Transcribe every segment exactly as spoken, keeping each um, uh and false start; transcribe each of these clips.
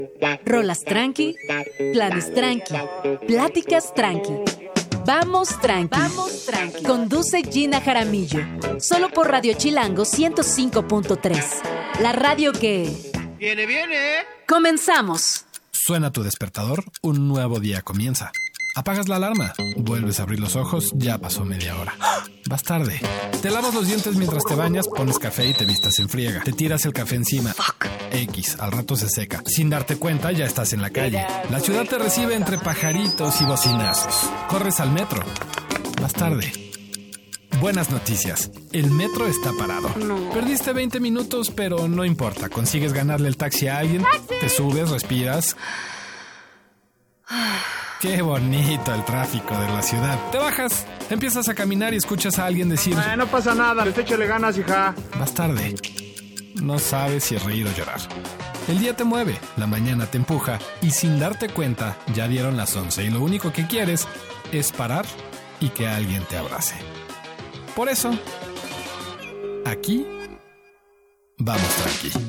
Rolas tranqui, planes tranqui, pláticas tranqui. Vamos tranqui. Vamos tranqui. Conduce Gina Jaramillo. Solo por Radio Chilango ciento cinco punto tres. La radio que... ¡Viene, viene! ¡Comenzamos! Suena tu despertador, un nuevo día comienza. Apagas la alarma, vuelves a abrir los ojos, ya pasó media hora. Vas tarde. Te lavas los dientes mientras te bañas, pones café y te vistas en friega. Te tiras el café encima. Fuck. X, al rato se seca. Sin darte cuenta, ya estás en la calle. La ciudad te recibe entre pajaritos y bocinazos. Corres al metro. Vas tarde. Buenas noticias. El metro está parado. No. Perdiste veinte minutos, pero no importa. Consigues ganarle el taxi a alguien. ¡Taxi! Te subes, respiras. Qué bonito el tráfico de la ciudad. Te bajas, empiezas a caminar y escuchas a alguien decir... Eh, no pasa nada, les échale ganas, hija. Vas tarde. No sabes si reír o llorar. El día te mueve, la mañana te empuja y sin darte cuenta ya dieron las once y lo único que quieres es parar y que alguien te abrace. Por eso, aquí vamos tranqui.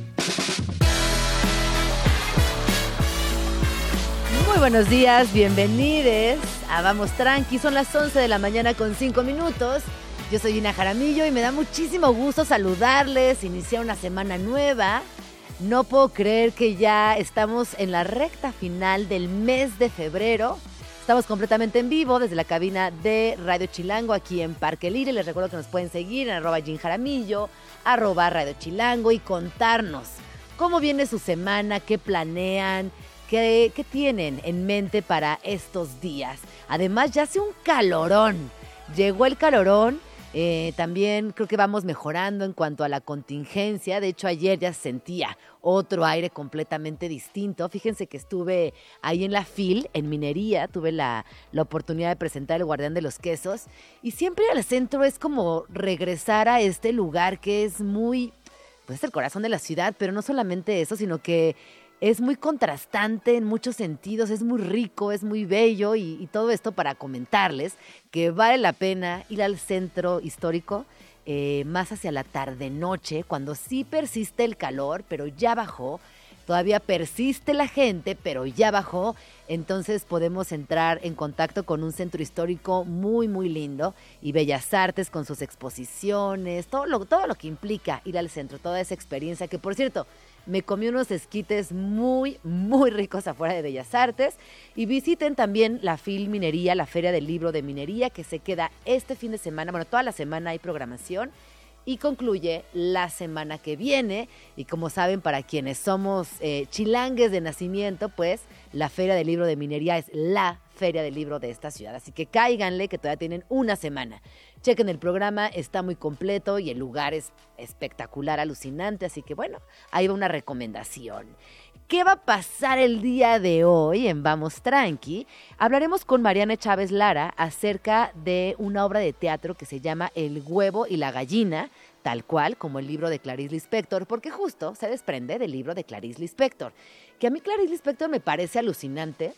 Muy buenos días, bienvenidos a Vamos Tranqui. Son las once de la mañana con cinco minutos. Yo soy Gina Jaramillo y me da muchísimo gusto saludarles, iniciar una semana nueva. No puedo creer que ya estamos en la recta final del mes de febrero. Estamos completamente en vivo desde la cabina de Radio Chilango aquí en Parque Libre. Les recuerdo que nos pueden seguir en arroba Gin Jaramillo, arroba Radio Chilango y contarnos cómo viene su semana, qué planean, ¿Qué, ¿Qué tienen en mente para estos días? Además, ya hace un calorón. Llegó el calorón. Eh, también creo que vamos mejorando en cuanto a la contingencia. De hecho, ayer ya se sentía otro aire completamente distinto. Fíjense que estuve ahí en la F I L, en Minería. Tuve la, la oportunidad de presentar El Guardián de los Quesos. Y siempre al centro es como regresar a este lugar que es muy... pues es el corazón de la ciudad, pero no solamente eso, sino que... es muy contrastante en muchos sentidos, es muy rico, es muy bello y, y todo esto para comentarles que vale la pena ir al centro histórico eh, más hacia la tarde-noche, cuando sí persiste el calor, pero ya bajó. Todavía persiste la gente, pero ya bajó. Entonces podemos entrar en contacto con un centro histórico muy, muy lindo. Y Bellas Artes con sus exposiciones, todo lo, todo lo que implica ir al centro, toda esa experiencia que, por cierto, me comí unos esquites muy, muy ricos afuera de Bellas Artes. Y visiten también la F I L Minería, la Feria del Libro de Minería, que se queda este fin de semana. Bueno, toda la semana hay programación. Y concluye la semana que viene. Y como saben, para quienes somos eh, chilangues de nacimiento, pues la Feria del Libro de Minería es la Feria del Libro de esta ciudad. Así que cáiganle que todavía tienen una semana. Chequen el programa, está muy completo y el lugar es espectacular, alucinante. Así que bueno, ahí va una recomendación. ¿Qué va a pasar el día de hoy en Vamos Tranqui? Hablaremos con Mariana Chávez Lara acerca de una obra de teatro que se llama El huevo y la gallina, tal cual como el libro de Clarice Lispector, porque justo se desprende del libro de Clarice Lispector, que a mí Clarice Lispector me parece alucinante.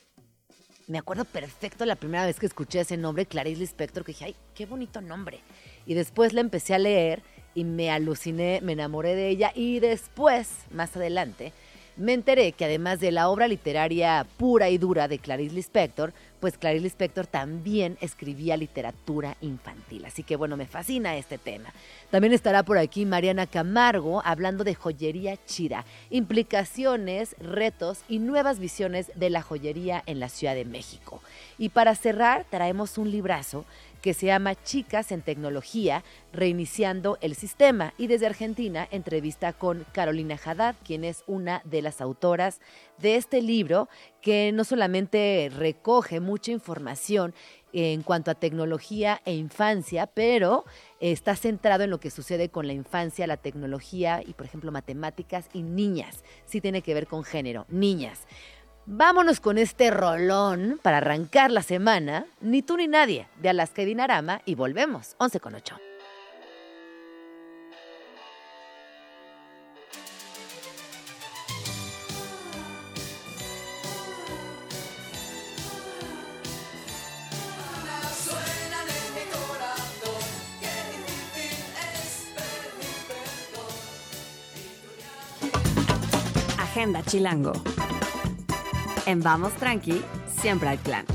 Me acuerdo perfecto la primera vez que escuché ese nombre, Clarice Lispector, que dije, ¡ay, qué bonito nombre! Y después la empecé a leer y me aluciné, me enamoré de ella y después, más adelante, me enteré que además de la obra literaria pura y dura de Clarice Lispector, pues Clarice Lispector también escribía literatura infantil. Así que bueno, me fascina este tema. También estará por aquí Mariana Camargo hablando de joyería chida, implicaciones, retos y nuevas visiones de la joyería en la Ciudad de México. Y para cerrar, traemos un librazo que se llama Chicas en Tecnología, Reiniciando el Sistema. Y desde Argentina, entrevista con Carolina Haddad, quien es una de las autoras de este libro, que no solamente recoge mucha información en cuanto a tecnología e infancia, pero está centrado en lo que sucede con la infancia, la tecnología y, por ejemplo, matemáticas y niñas. Sí tiene que ver con género, niñas. Vámonos con este rolón para arrancar la semana. Ni tú ni nadie, de Alaska y Dinarama, y volvemos, once con ocho. Agenda Chilango. En Vamos Tranqui, siempre hay plan.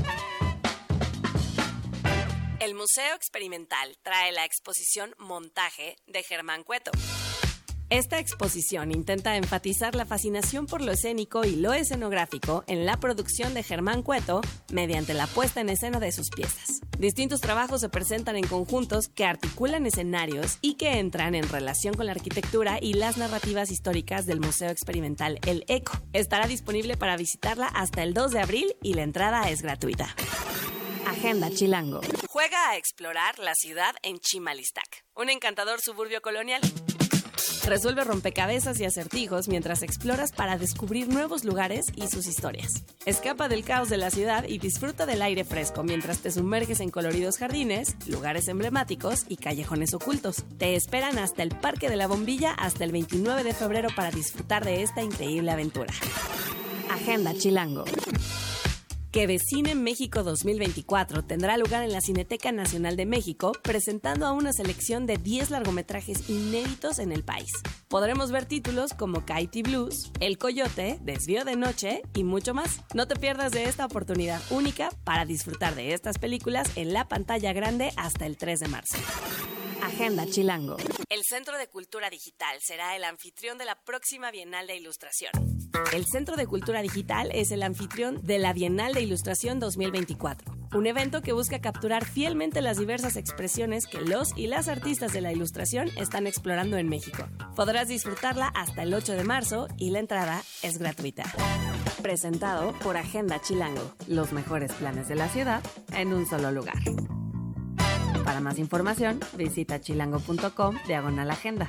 El Museo Experimental trae la exposición Montaje de Germán Cueto. Esta exposición intenta enfatizar la fascinación por lo escénico y lo escenográfico en la producción de Germán Cueto mediante la puesta en escena de sus piezas. Distintos trabajos se presentan en conjuntos que articulan escenarios y que entran en relación con la arquitectura y las narrativas históricas del Museo Experimental El Eco. Estará disponible para visitarla hasta el dos de abril y la entrada es gratuita. Agenda Chilango. Juega a explorar la ciudad en Chimalistac, un encantador suburbio colonial. Resuelve rompecabezas y acertijos mientras exploras para descubrir nuevos lugares y sus historias. Escapa del caos de la ciudad y disfruta del aire fresco mientras te sumerges en coloridos jardines, lugares emblemáticos y callejones ocultos. Te esperan hasta el Parque de la Bombilla hasta el veintinueve de febrero para disfrutar de esta increíble aventura. Agenda Chilango. Que Vecine México dos mil veinticuatro tendrá lugar en la Cineteca Nacional de México, presentando a una selección de diez largometrajes inéditos en el país. Podremos ver títulos como Katy Blues, El Coyote, Desvío de Noche y mucho más. No te pierdas de esta oportunidad única para disfrutar de estas películas en la pantalla grande hasta el tres de marzo. Agenda Chilango. El Centro de Cultura Digital será el anfitrión de la próxima Bienal de Ilustración. El Centro de Cultura Digital es el anfitrión de la Bienal de Ilustración dos mil veinticuatro, un evento que busca capturar fielmente las diversas expresiones que los y las artistas de la ilustración están explorando en México. Podrás disfrutarla hasta el ocho de marzo y la entrada es gratuita. Presentado por Agenda Chilango, los mejores planes de la ciudad en un solo lugar. Para más información, visita chilango.com diagonal agenda.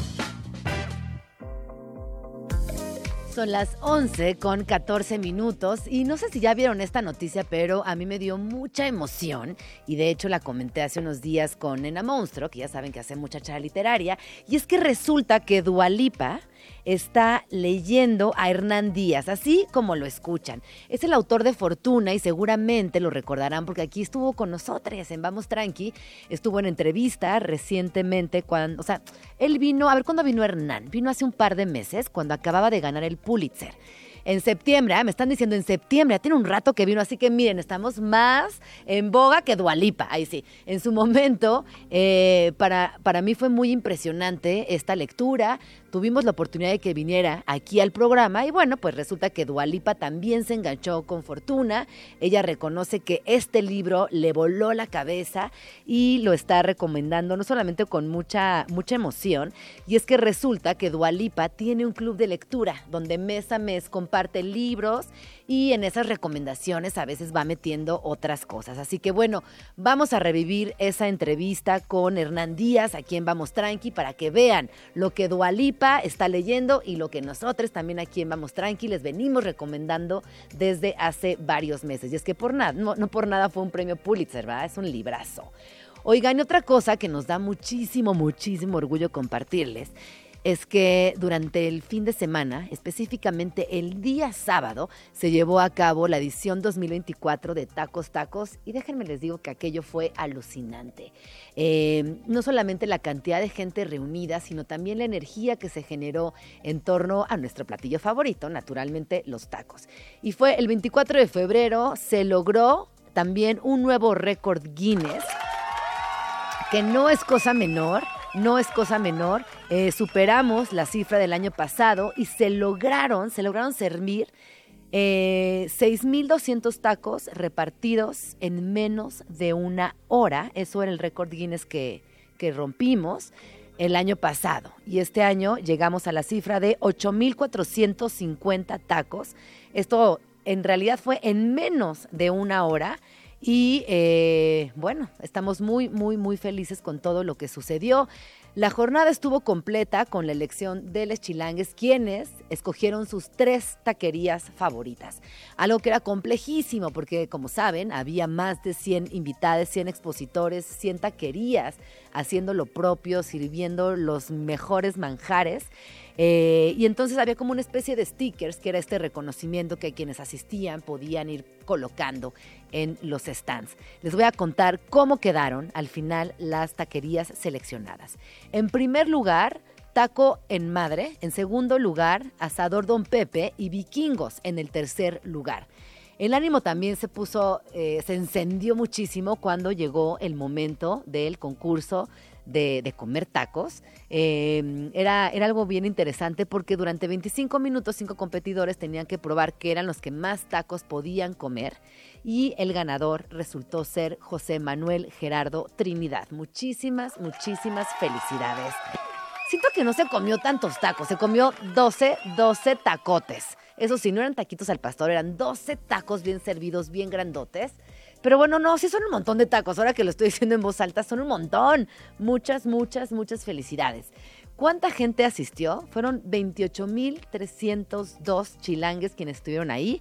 Son las once con catorce minutos y no sé si ya vieron esta noticia, pero a mí me dio mucha emoción y de hecho la comenté hace unos días con Nena Monstruo, que ya saben que hace mucha charla literaria, y es que resulta que Dua Lipa está leyendo a Hernán Díaz, así como lo escuchan. Es el autor de Fortuna y seguramente lo recordarán porque aquí estuvo con nosotros en Vamos Tranqui, estuvo en entrevista recientemente cuando, o sea, él vino, a ver, ¿cuándo vino Hernán? Vino hace un par de meses cuando acababa de ganar el Pulitzer. En septiembre, ¿eh? me están diciendo en septiembre, ya tiene un rato que vino, así que miren, estamos más en boga que Dua Lipa, ahí sí. En su momento, eh, para, para mí fue muy impresionante esta lectura, tuvimos la oportunidad de que viniera aquí al programa y bueno, pues resulta que Dua Lipa también se enganchó con Fortuna, ella reconoce que este libro le voló la cabeza y lo está recomendando no solamente con mucha, mucha emoción, y es que resulta que Dua Lipa tiene un club de lectura donde mes a mes comparte libros y en esas recomendaciones a veces va metiendo otras cosas. Así que bueno, vamos a revivir esa entrevista con Hernán Díaz aquí en Vamos Tranqui para que vean lo que Dua Lipa está leyendo y lo que nosotros también aquí en Vamos Tranqui les venimos recomendando desde hace varios meses. Y es que por nada, no, no por nada fue un premio Pulitzer, ¿verdad? Es un librazo. Oigan, y otra cosa que nos da muchísimo, muchísimo orgullo compartirles es que durante el fin de semana, específicamente el día sábado, se llevó a cabo la edición dos mil veinticuatro de Tacos Tacos y déjenme les digo que aquello fue alucinante. Eh, no solamente la cantidad de gente reunida, sino también la energía que se generó en torno a nuestro platillo favorito, naturalmente los tacos. Y fue el veinticuatro de febrero, se logró también un nuevo récord Guinness, que no es cosa menor. No es cosa menor, eh, superamos la cifra del año pasado y se lograron, se lograron servir eh, seis mil doscientos tacos repartidos en menos de una hora. Eso era el récord Guinness que, que rompimos el año pasado. Y este año llegamos a la cifra de ocho mil cuatrocientos cincuenta tacos. Esto en realidad fue en menos de una hora. Y eh, bueno, estamos muy, muy, muy felices con todo lo que sucedió. La jornada estuvo completa con la elección de los chilangues, quienes escogieron sus tres taquerías favoritas. Algo que era complejísimo porque, como saben, había más de cien invitados, cien expositores, cien taquerías haciendo lo propio, sirviendo los mejores manjares. Eh, y entonces había como una especie de stickers, que era este reconocimiento que quienes asistían podían ir colocando en los stands. Les voy a contar cómo quedaron al final las taquerías seleccionadas. En primer lugar, Taco en Madre, en segundo lugar, Asador Don Pepe y Vikingos en el tercer lugar. El ánimo también se puso, eh, se encendió muchísimo cuando llegó el momento del concurso de, de comer tacos. Eh, era, era algo bien interesante porque durante veinticinco minutos cinco competidores tenían que probar qué eran los que más tacos podían comer y el ganador resultó ser José Manuel Gerardo Trinidad. Muchísimas, muchísimas felicidades. Siento que no se comió tantos tacos, se comió doce, doce tacotes. Eso sí, no eran taquitos al pastor, eran doce tacos bien servidos, bien grandotes. Pero bueno, no, sí son un montón de tacos. Ahora que lo estoy diciendo en voz alta, son un montón. Muchas, muchas, muchas felicidades. ¿Cuánta gente asistió? Fueron veintiocho mil trescientos dos chilangues quienes estuvieron ahí.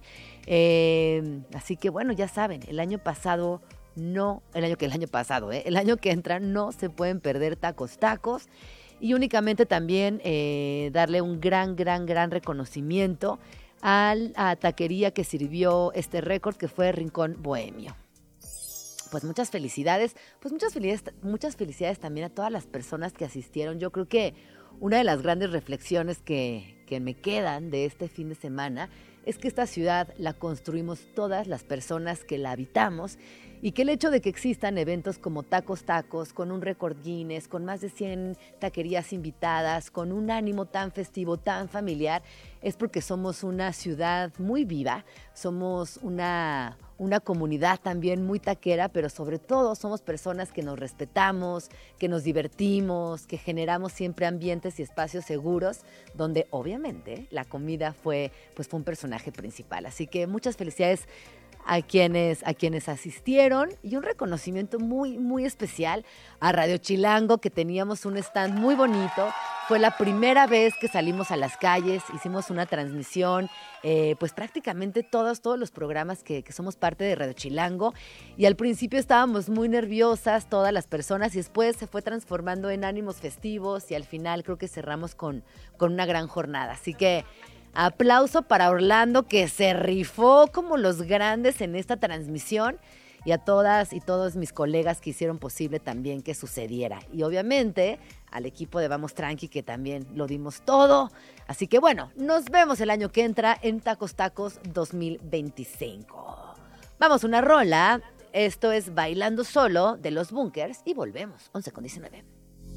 Eh, así que bueno, ya saben, el año pasado no, el año que el año pasado, ¿eh? El año que entra no se pueden perder tacos, tacos. Y únicamente también eh, darle un gran, gran, gran reconocimiento a la taquería que sirvió este récord, que fue Rincón Bohemio. Pues muchas felicidades, pues muchas felicidades, muchas felicidades también a todas las personas que asistieron. Yo creo que una de las grandes reflexiones que, que me quedan de este fin de semana es que esta ciudad la construimos todas las personas que la habitamos y que el hecho de que existan eventos como Tacos Tacos, con un récord Guinness, con más de cien taquerías invitadas, con un ánimo tan festivo, tan familiar, es porque somos una ciudad muy viva, somos una, una comunidad también muy taquera, pero sobre todo somos personas que nos respetamos, que nos divertimos, que generamos siempre ambientes y espacios seguros, donde obviamente la comida fue, pues fue un personaje principal. Así que muchas felicidades a quienes, a quienes asistieron y un reconocimiento muy, muy especial a Radio Chilango, que teníamos un stand muy bonito. Fue la primera vez que salimos a las calles, hicimos una transmisión, eh, pues prácticamente todos, todos los programas que, que somos parte de Radio Chilango, y al principio estábamos muy nerviosas todas las personas y después se fue transformando en ánimos festivos y al final creo que cerramos con, con una gran jornada. Así que aplauso para Orlando, que se rifó como los grandes en esta transmisión, y a todas y todos mis colegas que hicieron posible también que sucediera. Y obviamente al equipo de Vamos Tranqui, que también lo dimos todo. Así que bueno, nos vemos el año que entra en Tacos Tacos dos mil veinticinco. Vamos una rola. Esto es Bailando Solo de Los Bunkers y volvemos. once con diecinueve.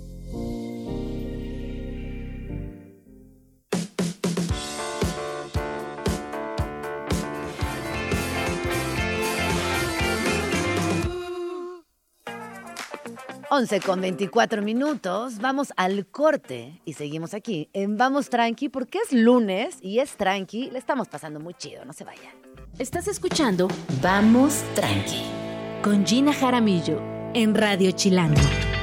once con veinticuatro minutos, vamos al corte y seguimos aquí en Vamos Tranqui porque es lunes y es tranqui, le estamos pasando muy chido, no se vayan. Estás escuchando Vamos Tranqui con Gina Jaramillo en Radio Chilango.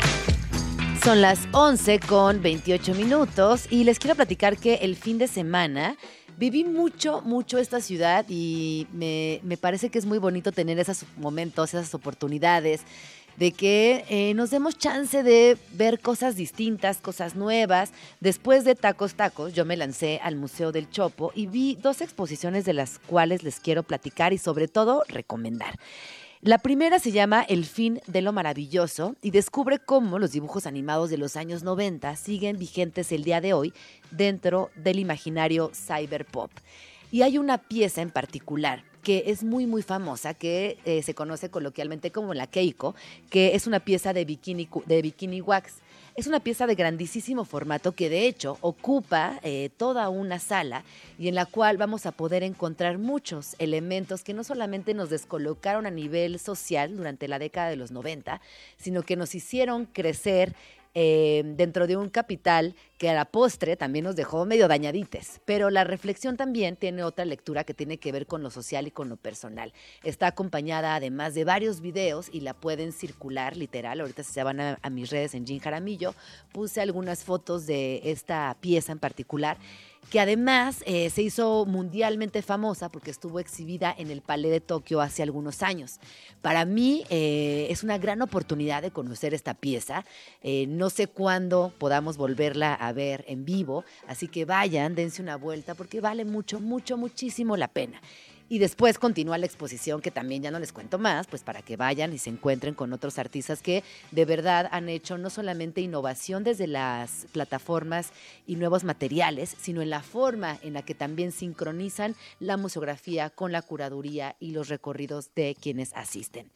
Son las once con veintiocho minutos y les quiero platicar que el fin de semana viví mucho, mucho esta ciudad y me, me parece que es muy bonito tener esos momentos, esas oportunidades de que eh, nos demos chance de ver cosas distintas, cosas nuevas. Después de Tacos Tacos, yo me lancé al Museo del Chopo y vi dos exposiciones de las cuales les quiero platicar y sobre todo recomendar. La primera se llama El fin de lo maravilloso y descubre cómo los dibujos animados de los años noventa siguen vigentes el día de hoy dentro del imaginario cyberpop. Y hay una pieza en particular que es muy, muy famosa, que eh, se conoce coloquialmente como la Keiko, que es una pieza de bikini, de bikini wax. Es una pieza de grandísimo formato que de hecho ocupa eh, toda una sala y en la cual vamos a poder encontrar muchos elementos que no solamente nos descolocaron a nivel social durante la década de los noventa, sino que nos hicieron crecer Eh, dentro de un capital que a la postre también nos dejó medio dañadites, pero la reflexión también tiene otra lectura que tiene que ver con lo social y con lo personal. Está acompañada además de varios videos y la pueden circular literal. Ahorita si se van a, a mis redes en Gin Jaramillo, puse algunas fotos de esta pieza en particular, que además eh, se hizo mundialmente famosa porque estuvo exhibida en el Palais de Tokio hace algunos años. Para mí eh, es una gran oportunidad de conocer esta pieza. Eh, no sé cuándo podamos volverla a ver en vivo, así que vayan, dense una vuelta porque vale mucho, mucho, muchísimo la pena. Y después continúa la exposición, que también ya no les cuento más, pues para que vayan y se encuentren con otros artistas que de verdad han hecho no solamente innovación desde las plataformas y nuevos materiales, sino en la forma en la que también sincronizan la museografía con la curaduría y los recorridos de quienes asisten.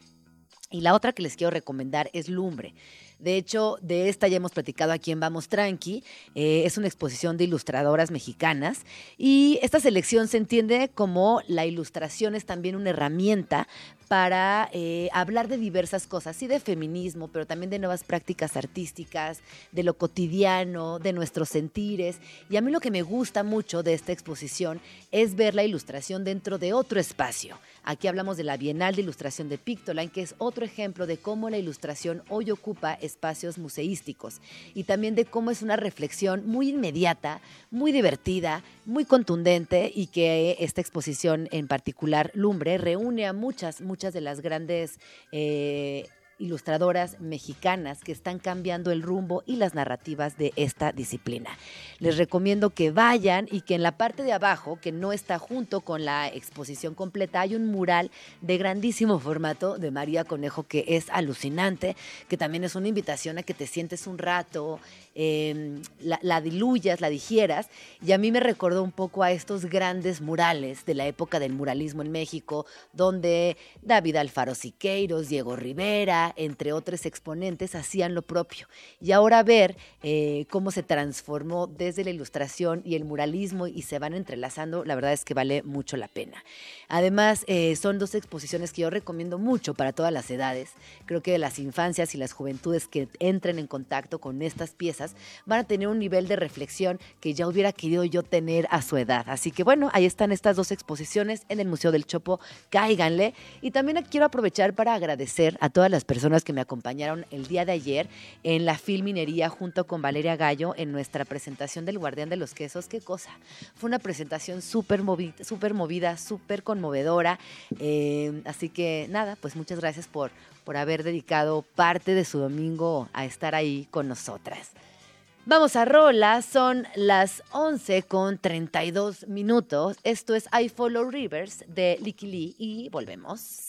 Y la otra que les quiero recomendar es Lumbre. De hecho, de esta ya hemos platicado aquí en Vamos Tranqui. Eh, es una exposición de ilustradoras mexicanas y esta selección se entiende como la ilustración es también una herramienta para eh, hablar de diversas cosas, sí, de feminismo, pero también de nuevas prácticas artísticas, de lo cotidiano, de nuestros sentires. Y a mí lo que me gusta mucho de esta exposición es ver la ilustración dentro de otro espacio. Aquí hablamos de la Bienal de Ilustración de Pictoline, que es otro ejemplo de cómo la ilustración hoy ocupa espacios museísticos y también de cómo es una reflexión muy inmediata, muy divertida, muy contundente y que esta exposición en particular, Lumbre, reúne a muchas, muchas de las grandes eh, ilustradoras mexicanas que están cambiando el rumbo y las narrativas de esta disciplina. Les recomiendo que vayan y que en la parte de abajo, que no está junto con la exposición completa, hay un mural de grandísimo formato de María Conejo que es alucinante, que también es una invitación a que te sientes un rato, eh, la, la diluyas, la digieras, y a mí me recordó un poco a estos grandes murales de la época del muralismo en México, donde David Alfaro Siqueiros, Diego Rivera, entre otros exponentes, hacían lo propio. Y ahora ver eh, cómo se transformó desde la ilustración y el muralismo y se van entrelazando, la verdad es que vale mucho la pena. Además, eh, son dos exposiciones que yo recomiendo mucho para todas las edades. Creo que las infancias y las juventudes que entren en contacto con estas piezas van a tener un nivel de reflexión que ya hubiera querido yo tener a su edad. Así que bueno, ahí están estas dos exposiciones en el Museo del Chopo, cáiganle. Y también quiero aprovechar para agradecer a todas las personas que me acompañaron el día de ayer en la Filminería junto con Valeria Gallo en nuestra presentación del Guardián de los Quesos. Qué cosa, fue una presentación súper movida, súper movida, súper conmovedora, eh, así que nada, pues muchas gracias por, por haber dedicado parte de su domingo a estar ahí con nosotras. Vamos a rola, son las once con treinta y dos minutos. Esto es I Follow Rivers de Licky Lee y volvemos.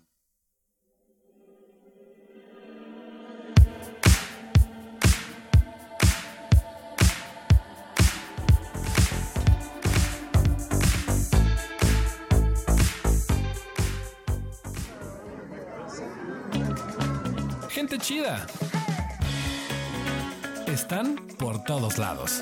Gente chida. Están por todos lados.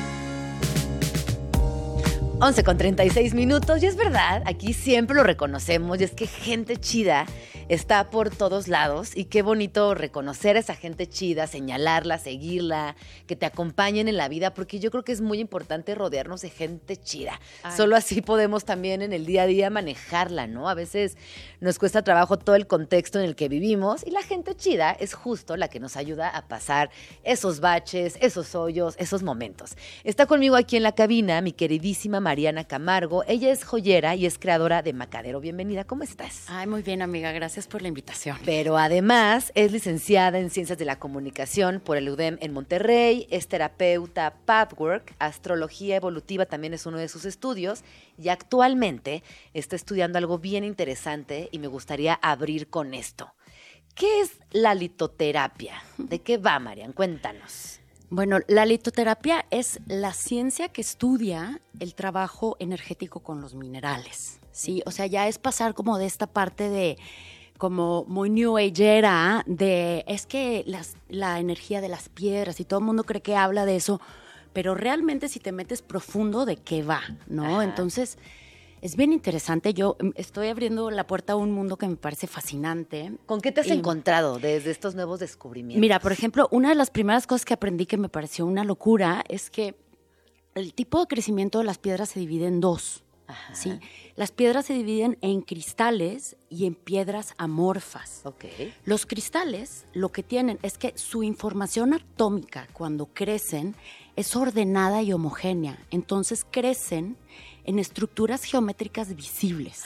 once con treinta y seis minutos, y es verdad, aquí siempre lo reconocemos, y es que gente chida está por todos lados, y qué bonito reconocer a esa gente chida, señalarla, seguirla, que te acompañen en la vida, porque yo creo que es muy importante rodearnos de gente chida. Ay. Solo así podemos también en el día a día manejarla, ¿no? A veces nos cuesta trabajo todo el contexto en el que vivimos, y la gente chida es justo la que nos ayuda a pasar esos baches, esos hoyos, esos momentos. Está conmigo aquí en la cabina mi queridísima Mariana Camargo. Ella es joyera y es creadora de Macadero. Bienvenida, ¿cómo estás? Ay, muy bien, amiga, gracias por la invitación. Pero además es licenciada en Ciencias de la Comunicación por el U D E M en Monterrey, es terapeuta Pathwork, astrología evolutiva también es uno de sus estudios, y actualmente está estudiando algo bien interesante y me gustaría abrir con esto. ¿Qué es la litoterapia? ¿De qué va, Marian? Cuéntanos. Bueno, la litoterapia es la ciencia que estudia el trabajo energético con los minerales, ¿sí? O sea, ya es pasar como de esta parte de como muy new agera, de es que las, la energía de las piedras y todo el mundo cree que habla de eso, pero realmente si te metes profundo, ¿de qué va? ¿No? Ajá. Entonces, es bien interesante. Yo estoy abriendo la puerta a un mundo que me parece fascinante. ¿Con qué te has y, encontrado desde estos nuevos descubrimientos? Mira, por ejemplo, una de las primeras cosas que aprendí que me pareció una locura es que el tipo de crecimiento de las piedras se divide en dos. Ajá. ¿Sí? Las piedras se dividen en cristales y en piedras amorfas. Okay. Los cristales lo que tienen es que su información atómica cuando crecen es ordenada y homogénea. Entonces crecen en estructuras geométricas visibles.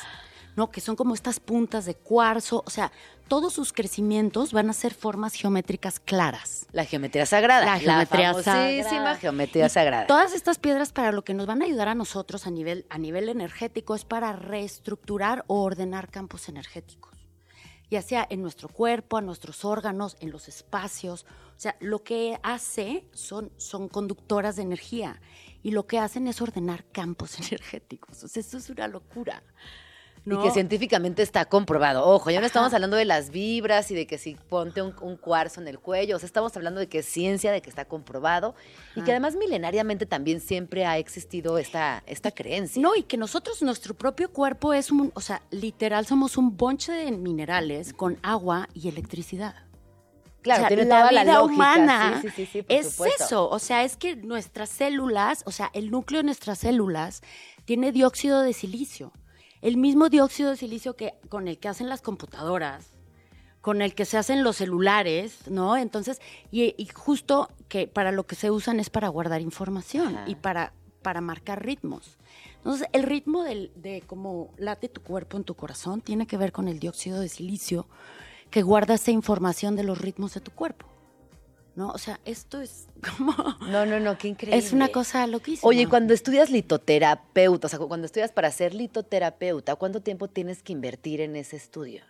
¿no? Que son como estas puntas de cuarzo, o sea, todos sus crecimientos van a ser formas geométricas claras. La geometría sagrada. La geometría la sagrada. famosísima geometría Y sagrada. Todas estas piedras para lo que nos van a ayudar a nosotros a nivel, a nivel energético es para reestructurar o ordenar campos energéticos. Ya sea en nuestro cuerpo, en nuestros órganos, en los espacios. O sea, lo que hace son, son conductoras de energía y lo que hacen es ordenar campos energéticos. O sea, eso es una locura. ¿No? Y que científicamente está comprobado. Ojo, ya no estamos hablando de las vibras y de que si ponte un, un cuarzo en el cuello. O sea, estamos hablando de que es ciencia, de que está comprobado. Y que además milenariamente también siempre ha existido esta, esta creencia. No, y que nosotros, nuestro propio cuerpo es un, o sea, literal somos un bonche de minerales con agua y electricidad. Claro, o sea, tiene la toda vida la lógica. humana Sí, sí, sí, sí, por es supuesto. eso. O sea, es que nuestras células, o sea, el núcleo de nuestras células tiene dióxido de silicio. El mismo dióxido de silicio que, con el que hacen las computadoras, con el que se hacen los celulares, ¿no? Entonces, y, y justo que para lo que se usan es para guardar información Ajá. y para, para marcar ritmos. Entonces, el ritmo del, de cómo late tu cuerpo en tu corazón tiene que ver con el dióxido de silicio que guarda esa información de los ritmos de tu cuerpo, ¿no? O sea, esto es como... No, no, no, qué increíble. Es una cosa loquísima. Oye, y cuando estudias litoterapeuta, o sea, cuando estudias para ser litoterapeuta, ¿cuánto tiempo tienes que invertir en ese estudio?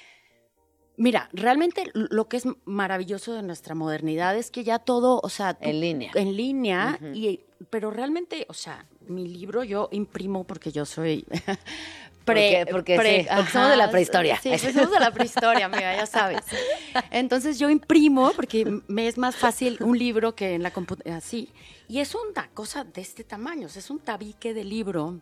Mira, realmente lo que es maravilloso de nuestra modernidad es que ya todo, o sea... tú- En línea. En línea, Ujú. y, pero realmente, o sea, mi libro yo imprimo porque yo soy... Porque- porque sí, porque somos de la prehistoria. Sí, pues somos de la prehistoria, amiga, ya sabes. Entonces yo imprimo porque me es más fácil un libro que en la computadora, así. Y es una cosa de este tamaño, o sea, es un tabique de libro.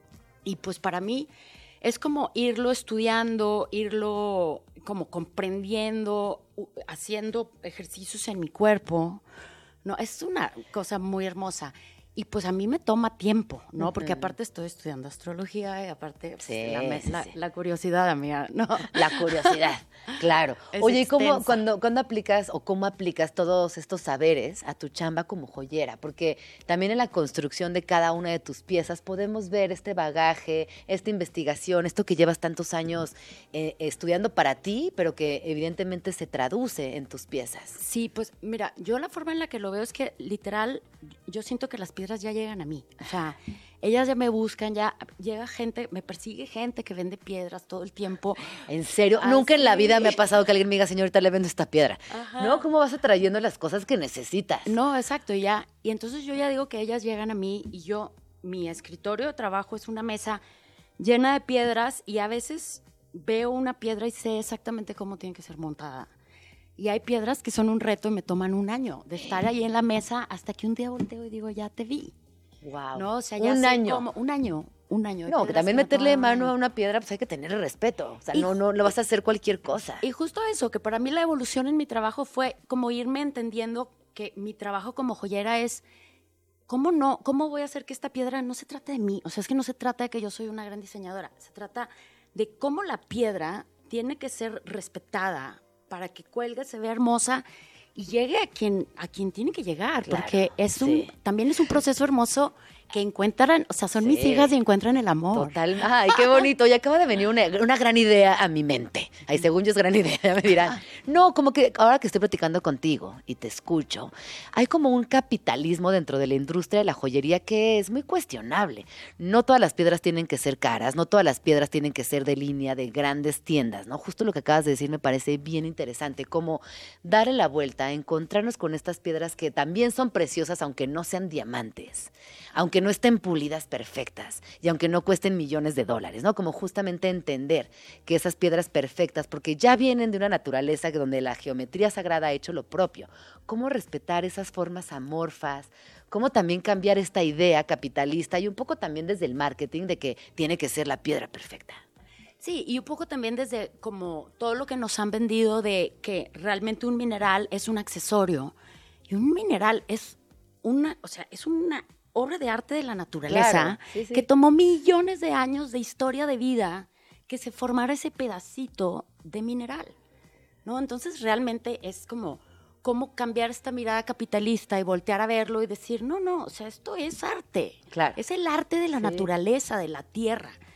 Y pues para mí es como irlo estudiando, irlo como comprendiendo, u- haciendo ejercicios en mi cuerpo. No, es una cosa muy hermosa. Y pues a mí me toma tiempo, ¿no? Porque aparte estoy estudiando astrología y aparte pues, Sí, la, me- sí, la- sí. la curiosidad, amiga, ¿no? La curiosidad, claro. Es Oye, ¿y cómo, extensa. cuando, cuando aplicas o cómo aplicas todos estos saberes a tu chamba como joyera? Porque también en la construcción de cada una de tus piezas podemos ver este bagaje, esta investigación, esto que llevas tantos años eh, estudiando para ti, pero que evidentemente se traduce en tus piezas. Sí, pues mira, yo la forma en la que lo veo es que literal, yo siento que las piedras ya llegan a mí. O sea, ellas ya me buscan, ya llega gente, me persigue gente que vende piedras todo el tiempo. En serio, Ah, nunca en la sí. vida me ha pasado que alguien me diga, señorita, le vendo esta piedra. Ajá. ¿No? ¿Cómo vas atrayendo las cosas que necesitas? No, exacto, y ya. Y entonces yo ya digo que ellas llegan a mí y yo, mi escritorio de trabajo es una mesa llena de piedras y a veces veo una piedra y sé exactamente cómo tiene que ser montada. Y hay piedras que son un reto y me toman un año de estar ahí en la mesa hasta que un día volteo y digo, ya te vi. Wow. ¿No? O sea, ya un sé año. cómo- un año, un año. de No, que piedras también me meterle tomaron un mano a año. una piedra, pues hay que tener respeto. O sea, Y- no, no, no vas a hacer cualquier cosa. Y justo eso, que para mí la evolución en mi trabajo fue como irme entendiendo que mi trabajo como joyera es, ¿cómo no? ¿Cómo voy a hacer que esta piedra no se trate de mí? O sea, es que no se trata de que yo soy una gran diseñadora, se trata de cómo la piedra tiene que ser respetada para que cuelgue, se vea hermosa y llegue a quien, a quien tiene que llegar, Claro, porque es un, sí. también es un proceso hermoso que encuentran, o sea, son mis Sí. hijas y encuentran el amor. Total. Ay, qué bonito. Y acaba de venir una, una gran idea a mi mente. Ay, según yo es gran idea, ya me dirán. No, como que ahora que estoy platicando contigo y te escucho, hay como un capitalismo dentro de la industria de la joyería que es muy cuestionable. No todas las piedras tienen que ser caras, no todas las piedras tienen que ser de línea de grandes tiendas, ¿no? Justo lo que acabas de decir me parece bien interesante, como darle la vuelta, encontrarnos con estas piedras que también son preciosas, aunque no sean diamantes, aunque no estén pulidas perfectas y aunque no cuesten millones de dólares, ¿no? Como justamente entender que esas piedras perfectas, porque ya vienen de una naturaleza que donde la geometría sagrada ha hecho lo propio, cómo respetar esas formas amorfas, cómo también cambiar esta idea capitalista y un poco también desde el marketing de que tiene que ser la piedra perfecta. Sí, y un poco también desde como todo lo que nos han vendido de que realmente un mineral es un accesorio y un mineral es una, o sea, es una obra de arte de la naturaleza Claro, sí, sí. que tomó millones de años de historia de vida que se formara ese pedacito de mineral, ¿no? Entonces realmente es como cómo cambiar esta mirada capitalista y voltear a verlo y decir, no, no, o sea, esto es arte. Claro. Es el arte de la Sí. naturaleza, de la tierra.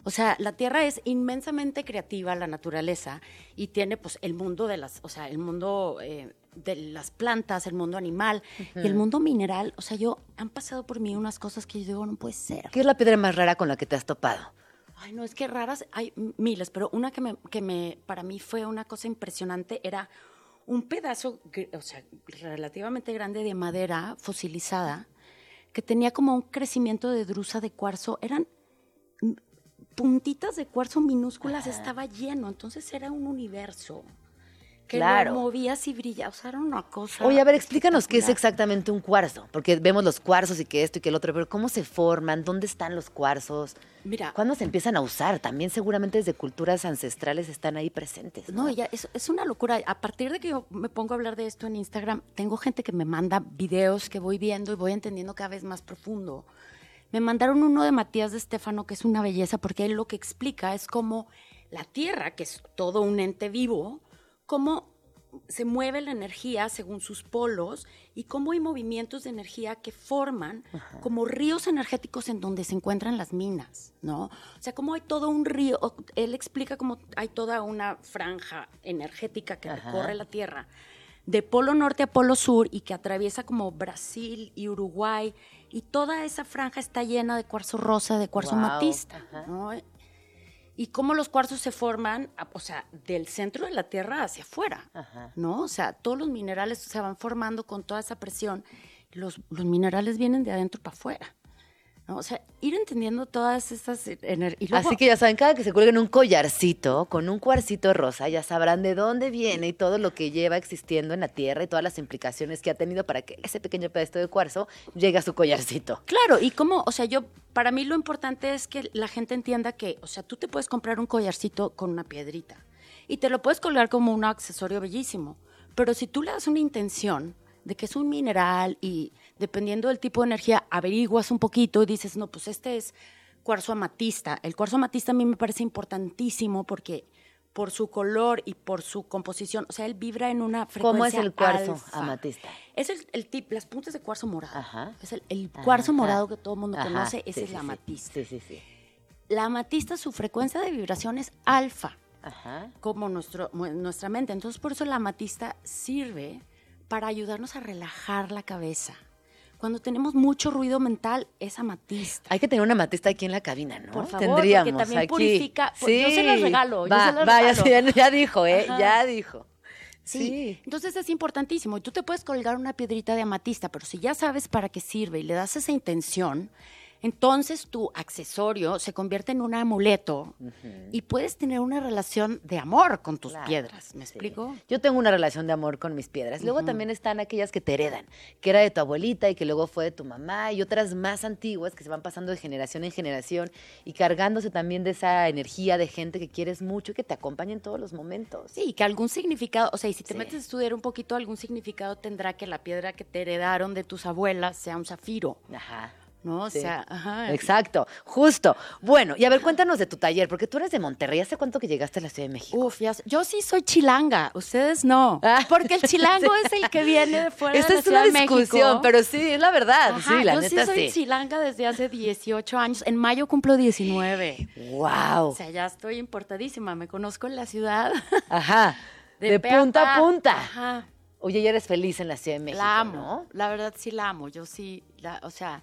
O sea, la Tierra es inmensamente creativa, la naturaleza, y tiene pues el mundo de las, o sea, el mundo eh, de las plantas, el mundo animal uh-huh. y el mundo mineral. O sea, yo, han pasado por mí unas cosas que yo digo, no puede ser. ¿Qué es la piedra más rara con la que te has topado? Ay, no, es que raras hay miles, pero una que me, que me, para mí fue una cosa impresionante era un pedazo, o sea, relativamente grande de madera fosilizada que tenía como un crecimiento de drusa de cuarzo. Eran puntitas de cuarzo minúsculas, Ajá. estaba lleno, entonces era un universo que claro. lo movías y brillaba, o sea, era una cosa. Oye, a ver, explícanos qué es exactamente un cuarzo, porque vemos los cuarzos y que esto y que el otro, pero ¿cómo se forman? ¿Dónde están los cuarzos? Mira, ¿cuándo se empiezan a usar? También seguramente desde culturas ancestrales están ahí presentes. No, no ya es, es una locura. A partir de que yo me pongo a hablar de esto en Instagram, tengo gente que me manda videos que voy viendo y voy entendiendo cada vez más profundo. Me mandaron uno de Matías de Stefano, que es una belleza, porque él lo que explica es cómo la Tierra, que es todo un ente vivo, cómo se mueve la energía según sus polos y cómo hay movimientos de energía que forman Ajá. como ríos energéticos en donde se encuentran las minas, ¿no? O sea, cómo hay todo un río, él explica cómo hay toda una franja energética que Ajá. recorre la Tierra de polo norte a polo sur y que atraviesa como Brasil y Uruguay, y toda esa franja está llena de cuarzo rosa, de cuarzo wow. amatista, Ajá. ¿no? Y cómo los cuarzos se forman, o sea, del centro de la Tierra hacia afuera, Ajá. ¿no? O sea, todos los minerales se van formando con toda esa presión. Los, los minerales vienen de adentro para afuera, ¿no? O sea, ir entendiendo todas estas energías. Así que ya saben, cada que se cuelguen un collarcito con un cuarcito rosa, ya sabrán de dónde viene y todo lo que lleva existiendo en la Tierra y todas las implicaciones que ha tenido para que ese pequeño pedacito de cuarzo llegue a su collarcito. Claro, y cómo, o sea, yo, para mí lo importante es que la gente entienda que, o sea, tú te puedes comprar un collarcito con una piedrita y te lo puedes colgar como un accesorio bellísimo, pero si tú le das una intención de que es un mineral y dependiendo del tipo de energía averiguas un poquito y dices, no, pues este es cuarzo amatista. El cuarzo amatista a mí me parece importantísimo porque por su color y por su composición, o sea, él vibra en una frecuencia ¿Cómo es el cuarzo alfa. amatista? Es el, el tip, las puntas de cuarzo morado. Ajá. Es el, el cuarzo Ajá. morado que todo el mundo Ajá. conoce, ese sí, es sí, la sí. amatista. Sí, sí, sí. La amatista, su frecuencia de vibración es alfa, Ajá. como nuestro, nuestra mente. Entonces, por eso la amatista sirve para ayudarnos a relajar la cabeza. Cuando tenemos mucho ruido mental, es amatista. Hay que tener una amatista aquí en la cabina, ¿no? Por favor, Tendríamos porque también aquí. purifica. Sí. Yo se las regalo, Va, yo se las va, regalo. Ya, ya dijo, ¿eh? Ajá. Ya dijo. Sí. sí. Entonces es importantísimo. Y tú te puedes colgar una piedrita de amatista, pero si ya sabes para qué sirve y le das esa intención, entonces tu accesorio se convierte en un amuleto uh-huh. y puedes tener una relación de amor con tus claro, piedras. ¿Me sí. explico? Yo tengo una relación de amor con mis piedras. Luego uh-huh. también están aquellas que te heredan, que era de tu abuelita y que luego fue de tu mamá, y otras más antiguas que se van pasando de generación en generación y cargándose también de esa energía de gente que quieres mucho y que te acompaña en todos los momentos. Sí, que algún significado, o sea, y si te sí. metes a estudiar un poquito, algún significado tendrá que la piedra que te heredaron de tus abuelas sea un zafiro. Ajá. ¿No? O sí. sea, ajá. Exacto, justo. Bueno, y a ver, cuéntanos de tu taller, porque tú eres de Monterrey. ¿Hace cuánto que llegaste a la Ciudad de México? Uf, ya, yo sí soy chilanga, ustedes no. Ah, porque el chilango sí. es el que viene de fuera Esta de la Ciudad de México. Esta es una discusión, pero sí, es la verdad. Ajá, sí, la yo neta sí soy sí. chilanga desde hace dieciocho años. En mayo cumplo diecinueve. ¡Wow! O sea, ya estoy importadísima. Me conozco en la ciudad. Ajá. De, de punta a punta. Ajá. Oye, ya eres feliz en la Ciudad de México, la amo, ¿no? La verdad sí la amo. Yo sí, la, o sea...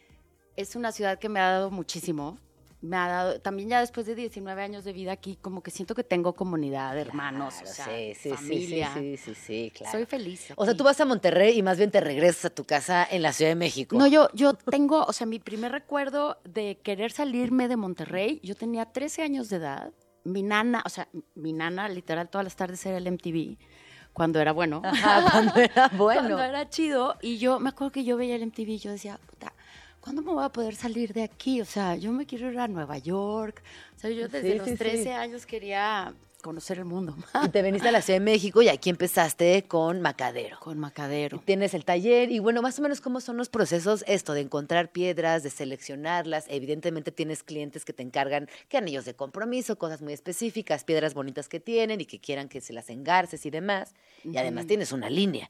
Es una ciudad que me ha dado muchísimo. Me ha dado, también ya después de diecinueve años de vida aquí, como que siento que tengo comunidad de hermanos, claro, o sea, sí, sí, familia. Sí, sí, sí, sí, claro. Soy feliz aquí. O sea, tú vas a Monterrey y más bien te regresas a tu casa en la Ciudad de México. No, yo, yo tengo, o sea, mi primer recuerdo de querer salirme de Monterrey, yo tenía trece años de edad. Mi nana, o sea, mi nana literal todas las tardes era el M T V. Cuando era bueno. Ajá, cuando era bueno. Cuando era chido. Y yo me acuerdo que yo veía el M T V y yo decía, puta, ¿cuándo me voy a poder salir de aquí? O sea, yo me quiero ir a Nueva York. O sea, yo desde sí, los sí, trece sí. años quería conocer el mundo. Y te viniste a la Ciudad de México y aquí empezaste con Macadero. Con Macadero. Y tienes el taller y bueno, más o menos cómo son los procesos esto de encontrar piedras, de seleccionarlas. Evidentemente tienes clientes que te encargan que anillos de compromiso, cosas muy específicas, piedras bonitas que tienen y que quieran que se las engarces y demás. Y además uh-huh. tienes una línea.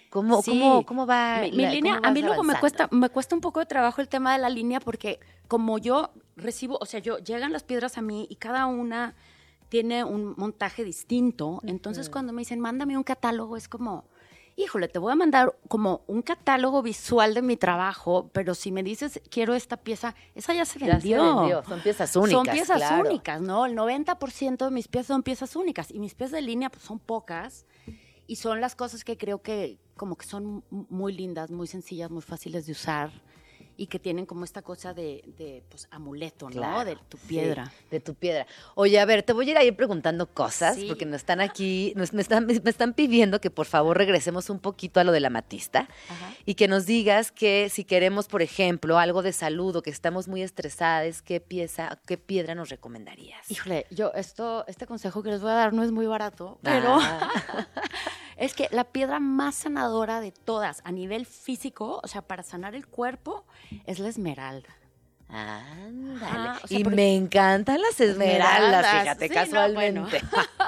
¿Cómo, Sí. cómo, cómo va? Mi, mi la- línea, cómo a vas mí luego me avanzando? cuesta, me cuesta un poco de trabajo el tema de la línea porque como yo recibo, o sea, yo llegan las piedras a mí y cada una tiene un montaje distinto. Entonces, cuando me dicen, mándame un catálogo, es como, híjole, te voy a mandar como un catálogo visual de mi trabajo, pero si me dices, quiero esta pieza, esa ya se Ya se vendió. vendió, son piezas únicas, Son piezas claro. únicas, ¿no? El noventa por ciento de mis piezas son piezas únicas y mis piezas de línea pues son pocas y son las cosas que creo que como que son m- muy lindas, muy sencillas, muy fáciles de usar y que tienen como esta cosa de, de pues, amuleto, ¿no? Claro, De tu sí, piedra. de tu piedra. Oye, a ver, te voy a ir ahí preguntando cosas, Sí. porque nos están aquí, nos, me, están, me están pidiendo que por favor regresemos un poquito a lo de la amatista Ajá. y que nos digas que si queremos, por ejemplo, algo de salud o que estamos muy estresadas, ¿qué pieza, qué piedra nos recomendarías? Híjole, yo esto, este consejo que les voy a dar no es muy barato, pero Ah. es que la piedra más sanadora de todas a nivel físico, o sea, para sanar el cuerpo, es la esmeralda. Ándale. Ajá, o sea, y porque- me encantan las esmeraldas, Esmeraldas, fíjate, sí, no, casualmente.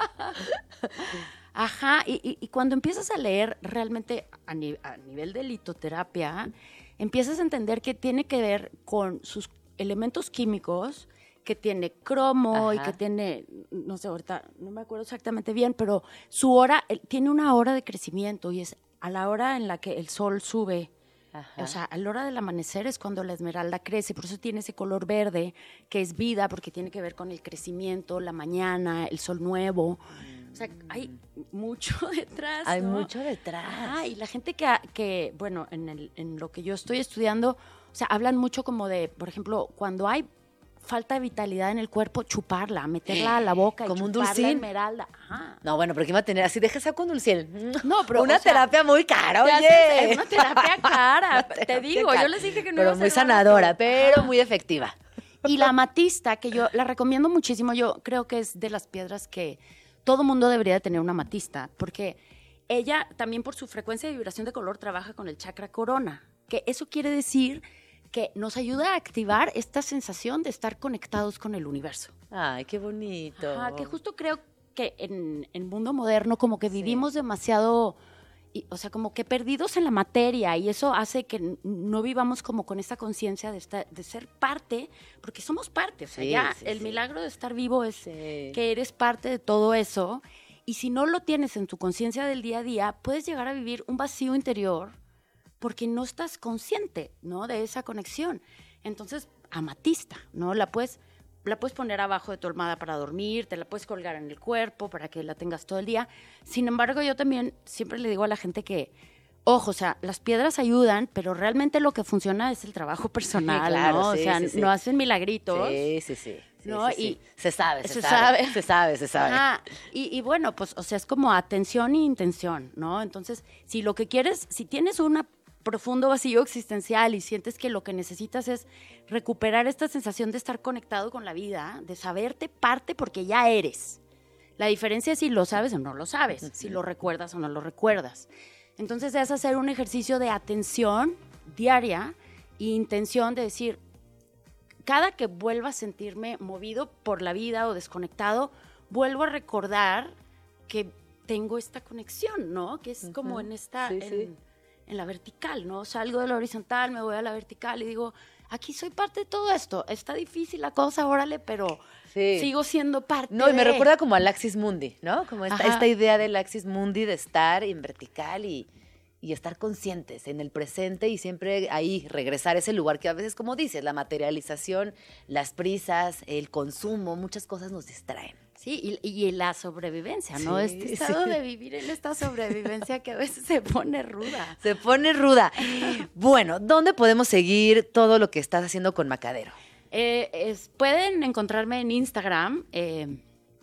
Ajá, y, y- y cuando empiezas a leer realmente a, ni- a nivel de litoterapia, empiezas a entender que tiene que ver con sus elementos químicos, que tiene cromo y Ajá. que tiene, no sé, ahorita no me acuerdo exactamente bien, pero su hora, él tiene una hora de crecimiento y es a la hora en la que el sol sube. Ajá. O sea, a la hora del amanecer es cuando la esmeralda crece, por eso tiene ese color verde, que es vida, porque tiene que ver con el crecimiento, la mañana, el sol nuevo. O sea, hay mucho detrás. Hay ¿no? mucho detrás. Ajá, y la gente que, ha- que bueno, en, el, en lo que yo estoy estudiando, o sea, hablan mucho como de, por ejemplo, cuando hay falta de vitalidad en el cuerpo, chuparla, meterla a la boca y Como un chupar la dulcín. esmeralda. Ajá. No, bueno, porque iba a tener así, déjese con dulciel. No, pero, Una o sea, terapia muy cara, Te oye. haces- es una terapia cara, Una te terapia digo, cara. yo les dije que no Pero iba a muy ser sanadora, barato. pero Ajá. muy efectiva. Y la amatista, que yo la recomiendo muchísimo, yo creo que es de las piedras que todo mundo debería de tener una amatista, porque ella también por su frecuencia de vibración de color trabaja con el chakra corona, que eso quiere decir que nos ayuda a activar esta sensación de estar conectados con el universo. Ay, qué bonito. Ajá, que justo creo que en el mundo moderno como que vivimos demasiado, y, o sea, como que perdidos en la materia y eso hace que n- no vivamos como con esta conciencia de, estar- de ser parte, porque somos parte, o sea, Sí, ya sí, el sí. milagro de estar vivo es Sí. que eres parte de todo eso y si no lo tienes en tu conciencia del día a día, puedes llegar a vivir un vacío interior porque no estás consciente, ¿no? De esa conexión. Entonces, amatista, ¿no? La puedes, la puedes poner abajo de tu almohada para dormir, te la puedes colgar en el cuerpo para que la tengas todo el día. Sin embargo, yo también siempre le digo a la gente que, ojo, o sea, las piedras ayudan, pero realmente lo que funciona es el trabajo personal, claro, ¿no? sí, o sea, sí, sí. no hacen milagritos. Sí, sí, sí. sí, ¿no? sí, sí. Y se sabe, se, se sabe. sabe. Se sabe, se sabe. Ajá. Y, y bueno, pues, o sea, es como atención e intención, ¿no? Entonces, si lo que quieres, si tienes un profundo vacío existencial y sientes que lo que necesitas es recuperar esta sensación de estar conectado con la vida, de saberte parte porque ya eres. La diferencia es si lo sabes o no lo sabes, si lo recuerdas o no lo recuerdas. Entonces, es hacer un ejercicio de atención diaria e intención de decir, cada que vuelva a sentirme movido por la vida o desconectado, vuelvo a recordar que tengo esta conexión, ¿no? Que es como en esta, Sí, en, sí. en la vertical, ¿no? Salgo de la horizontal, me voy a la vertical y digo, aquí soy parte de todo esto. Está difícil la cosa, órale, pero Sí. sigo siendo parte No, y me de... recuerda como al Axis Mundi, ¿no? Como esta, Ajá. esta idea del Axis Mundi de estar en vertical y, y estar conscientes en el presente y siempre ahí regresar a ese lugar que a veces, como dices, la materialización, las prisas, el consumo, muchas cosas nos distraen. Sí, y, y la sobrevivencia, ¿no? Sí, este estado sí. de vivir en esta sobrevivencia que a veces se pone ruda. Se pone ruda. Bueno, ¿dónde podemos seguir todo lo que estás haciendo con Macadero? Eh, es- pueden encontrarme en Instagram. eh,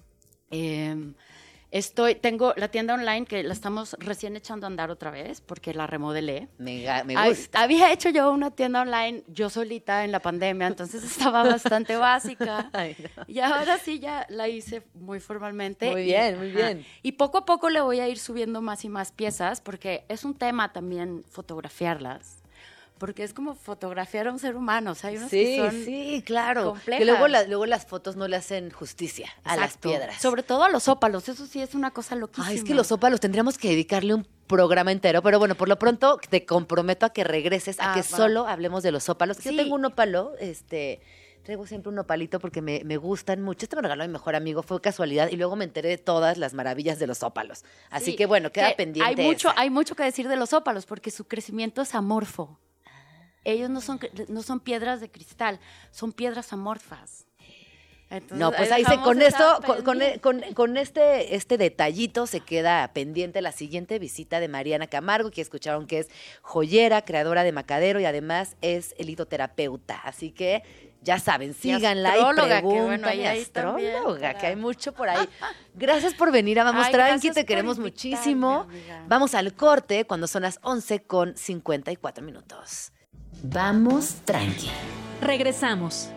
eh, estoy, tengo la tienda online que la estamos recién echando a andar otra vez porque la remodelé. Me, ga- me Ay, gusta. había hecho yo una tienda online yo solita en la pandemia, entonces estaba bastante básica. Ay, no. Y ahora sí ya la hice muy formalmente. Muy Y- bien, muy ajá. bien. Y poco a poco le voy a ir subiendo más y más piezas porque es un tema también fotografiarlas. porque es como fotografiar a un ser humano, o sea, hay unos Sí, que son sí, claro. complejas. Que luego, la- luego las fotos no le hacen justicia a las Exacto. piedras. Sobre todo a los ópalos, eso sí es una cosa loquísima. Ay, es que los ópalos tendríamos que dedicarle un programa entero, pero bueno, por lo pronto te comprometo a que regreses, a Ah, que va. solo hablemos de los ópalos. Sí. Yo tengo un ópalo, este, traigo siempre un opalito porque me, me gustan mucho. Este me regaló mi mejor amigo, fue casualidad, y luego me enteré de todas las maravillas de los ópalos. Así Sí, que bueno, queda que pendiente Hay mucho, esa. hay mucho que decir de los ópalos, porque su crecimiento es amorfo. Ellos no son, no son piedras de cristal, son piedras amorfas. Entonces, No, pues ahí se, dejamos con esa esto, con, con, pendiente. con- con este, este detallito se queda pendiente la siguiente visita de Mariana Camargo, que escucharon que es joyera, creadora de macadero y además es elitoterapeuta. Así que ya saben, síganla y astróloga, que pregúntenle, bueno, ahí hay también, astróloga, para- que hay mucho por ahí. Gracias por venir a Vamos Ay, Tranqui, gracias te por queremos invitarme, muchísimo. amiga. Vamos al corte cuando son las once con cincuenta y cuatro minutos. Vamos Tranqui. Regresamos.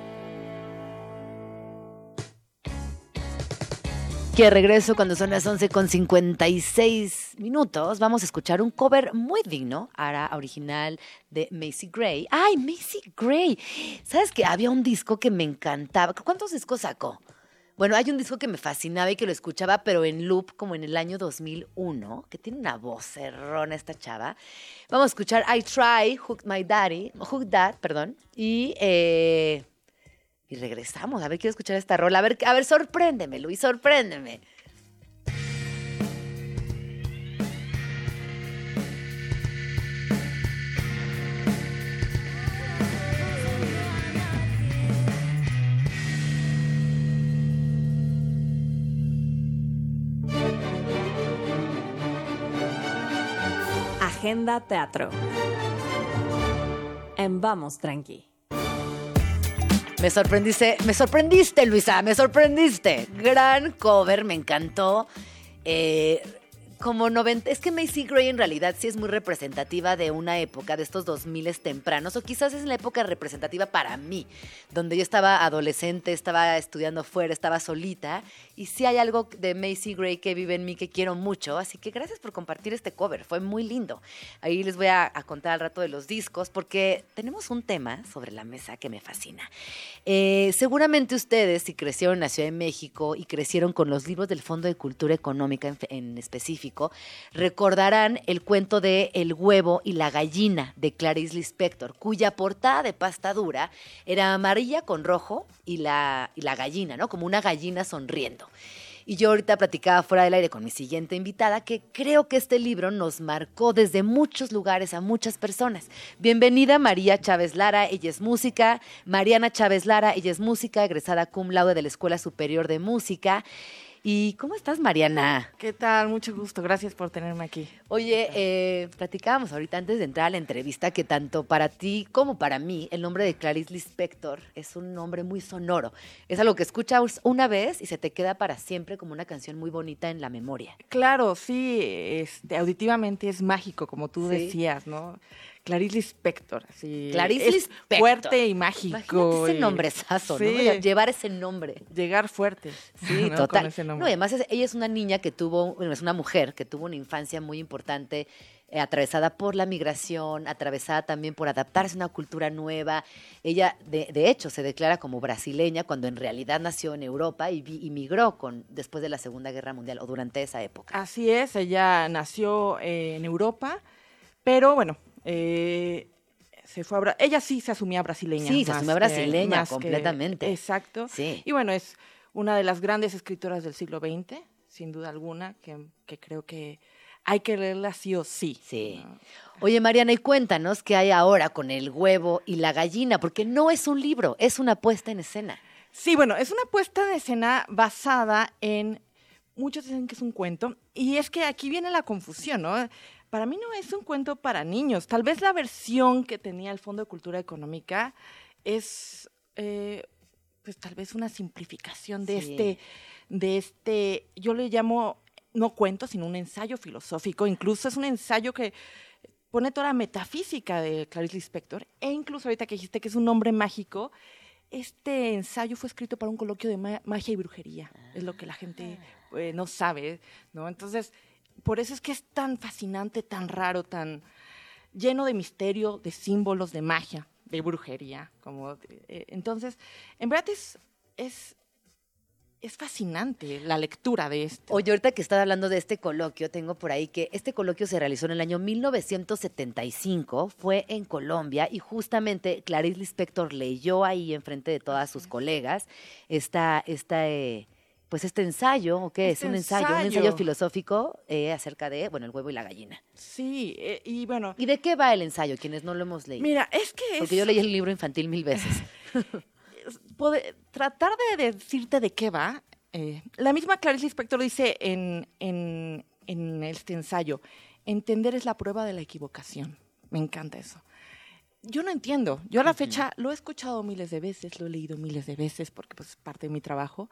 Que regreso cuando son las once con cincuenta y seis minutos. Vamos a escuchar un cover muy digno, ahora original de Macy Gray. ¡Ay, Macy Gray! ¿Sabes que había un disco que me encantaba? ¿Cuántos discos sacó? Bueno, hay un disco que me fascinaba y que lo escuchaba, pero en loop, como en el año dos mil uno, que tiene una voz errona esta chava. Vamos a escuchar I Try, Hook My Daddy, Hook That, perdón, y... Eh, Y regresamos. A ver, quiero escuchar esta rola. A ver, a ver, sorpréndeme, Luis, sorpréndeme. Agenda Teatro. En Vamos Tranqui. Me sorprendiste, me sorprendiste, Luisa, me sorprendiste. Gran cover, me encantó. Eh, como noventa, es que Macy Gray en realidad sí es muy representativa de una época, de estos dos miles tempranos, o quizás es la época representativa para mí, donde yo estaba adolescente, estaba estudiando fuera, estaba solita, y sí hay algo de Macy Gray que vive en mí que quiero mucho, así que gracias por compartir este cover, fue muy lindo. Ahí les voy a, a contar al rato de los discos, porque tenemos un tema sobre la mesa que me fascina. Eh, seguramente ustedes, si crecieron en la Ciudad de México y crecieron con los libros del Fondo de Cultura Económica en, en específico, recordarán el cuento de El huevo y la gallina de Clarice Lispector, cuya portada de pasta dura era amarilla con rojo y la, y la gallina, ¿no? Como una gallina sonriendo. Y yo ahorita platicaba fuera del aire con mi siguiente invitada que creo que este libro nos marcó desde muchos lugares a muchas personas. Bienvenida María Chávez Lara, ella es música. Mariana Chávez Lara, ella es música, egresada cum laude de la Escuela Superior de Música. ¿Y cómo estás, Mariana? ¿Qué tal? Mucho gusto. Gracias por tenerme aquí. Oye, eh, platicábamos ahorita antes de entrar a la entrevista que tanto para ti como para mí el nombre de Clarice Lispector es un nombre muy sonoro. Es algo que escuchas una vez y se te queda para siempre como una canción muy bonita en la memoria. Claro, sí, este, auditivamente es mágico, como tú Sí. decías, ¿no? Clarice Lispector, sí. Clarice es Lispector. fuerte y mágico. Imagínate ese y- nombrezazo, sí, ¿no? Llevar ese nombre. Llegar fuerte. Sí, ¿no? total. Con ese nombre. No, y además es- ella es una niña que tuvo, bueno, es una mujer que tuvo una infancia muy importante, eh, atravesada por la migración, atravesada también por adaptarse a una cultura nueva. Ella, de, de hecho, se declara como brasileña cuando en realidad nació en Europa y, vi- y migró con, después de la Segunda Guerra Mundial o durante esa época. Así es, ella nació eh, en Europa, pero bueno, eh, se fue a Bra- ella sí se asumía brasileña. Sí, se más asumía que- brasileña más que- completamente. exacto. Sí. Y bueno, es una de las grandes escritoras del siglo veinte, sin duda alguna, que, que creo que hay que leerla sí o sí. Sí. ¿no? Oye, Mariana, y cuéntanos qué hay ahora con el huevo y la gallina, porque no es un libro, es una puesta en escena. Sí, bueno, es una puesta de escena basada en, muchos dicen que es un cuento, y es que aquí viene la confusión, ¿no? Para mí no es un cuento para niños. Tal vez la versión que tenía el Fondo de Cultura Económica es, eh, pues tal vez una simplificación de Sí. este, de este, yo le llamo no cuento, sino un ensayo filosófico. Incluso es un ensayo que pone toda la metafísica de Clarice Lispector, e incluso ahorita que dijiste que es un nombre mágico, este ensayo fue escrito para un coloquio de ma- magia y brujería, es lo que la gente eh, no sabe, ¿no? Entonces, por eso es que es tan fascinante, tan raro, tan lleno de misterio, de símbolos, de magia, de brujería. Como, eh, entonces, en verdad es, es, es fascinante la lectura de esto. Oye, ahorita que estaba hablando de este coloquio, tengo por ahí que este coloquio se realizó en el año mil novecientos setenta y cinco, fue en Colombia y justamente Clarice Lispector leyó ahí enfrente de todas sus colegas esta, esta eh, pues este ensayo, ¿o qué Este es? Un ensayo, un ensayo. ensayo filosófico eh, acerca de, bueno, el huevo y la gallina. Sí, eh, y bueno, ¿Y de qué va el ensayo? Quienes no lo hemos leído. mira, es que es... Porque yo leí el libro infantil mil veces. Poder- tratar de decirte de qué va. Eh, la misma Clarice Lispector dice en, en, en este ensayo, entender es la prueba de la equivocación. Me encanta eso. Yo no entiendo. Yo a la fecha lo he escuchado miles de veces, lo he leído miles de veces porque pues, es parte de mi trabajo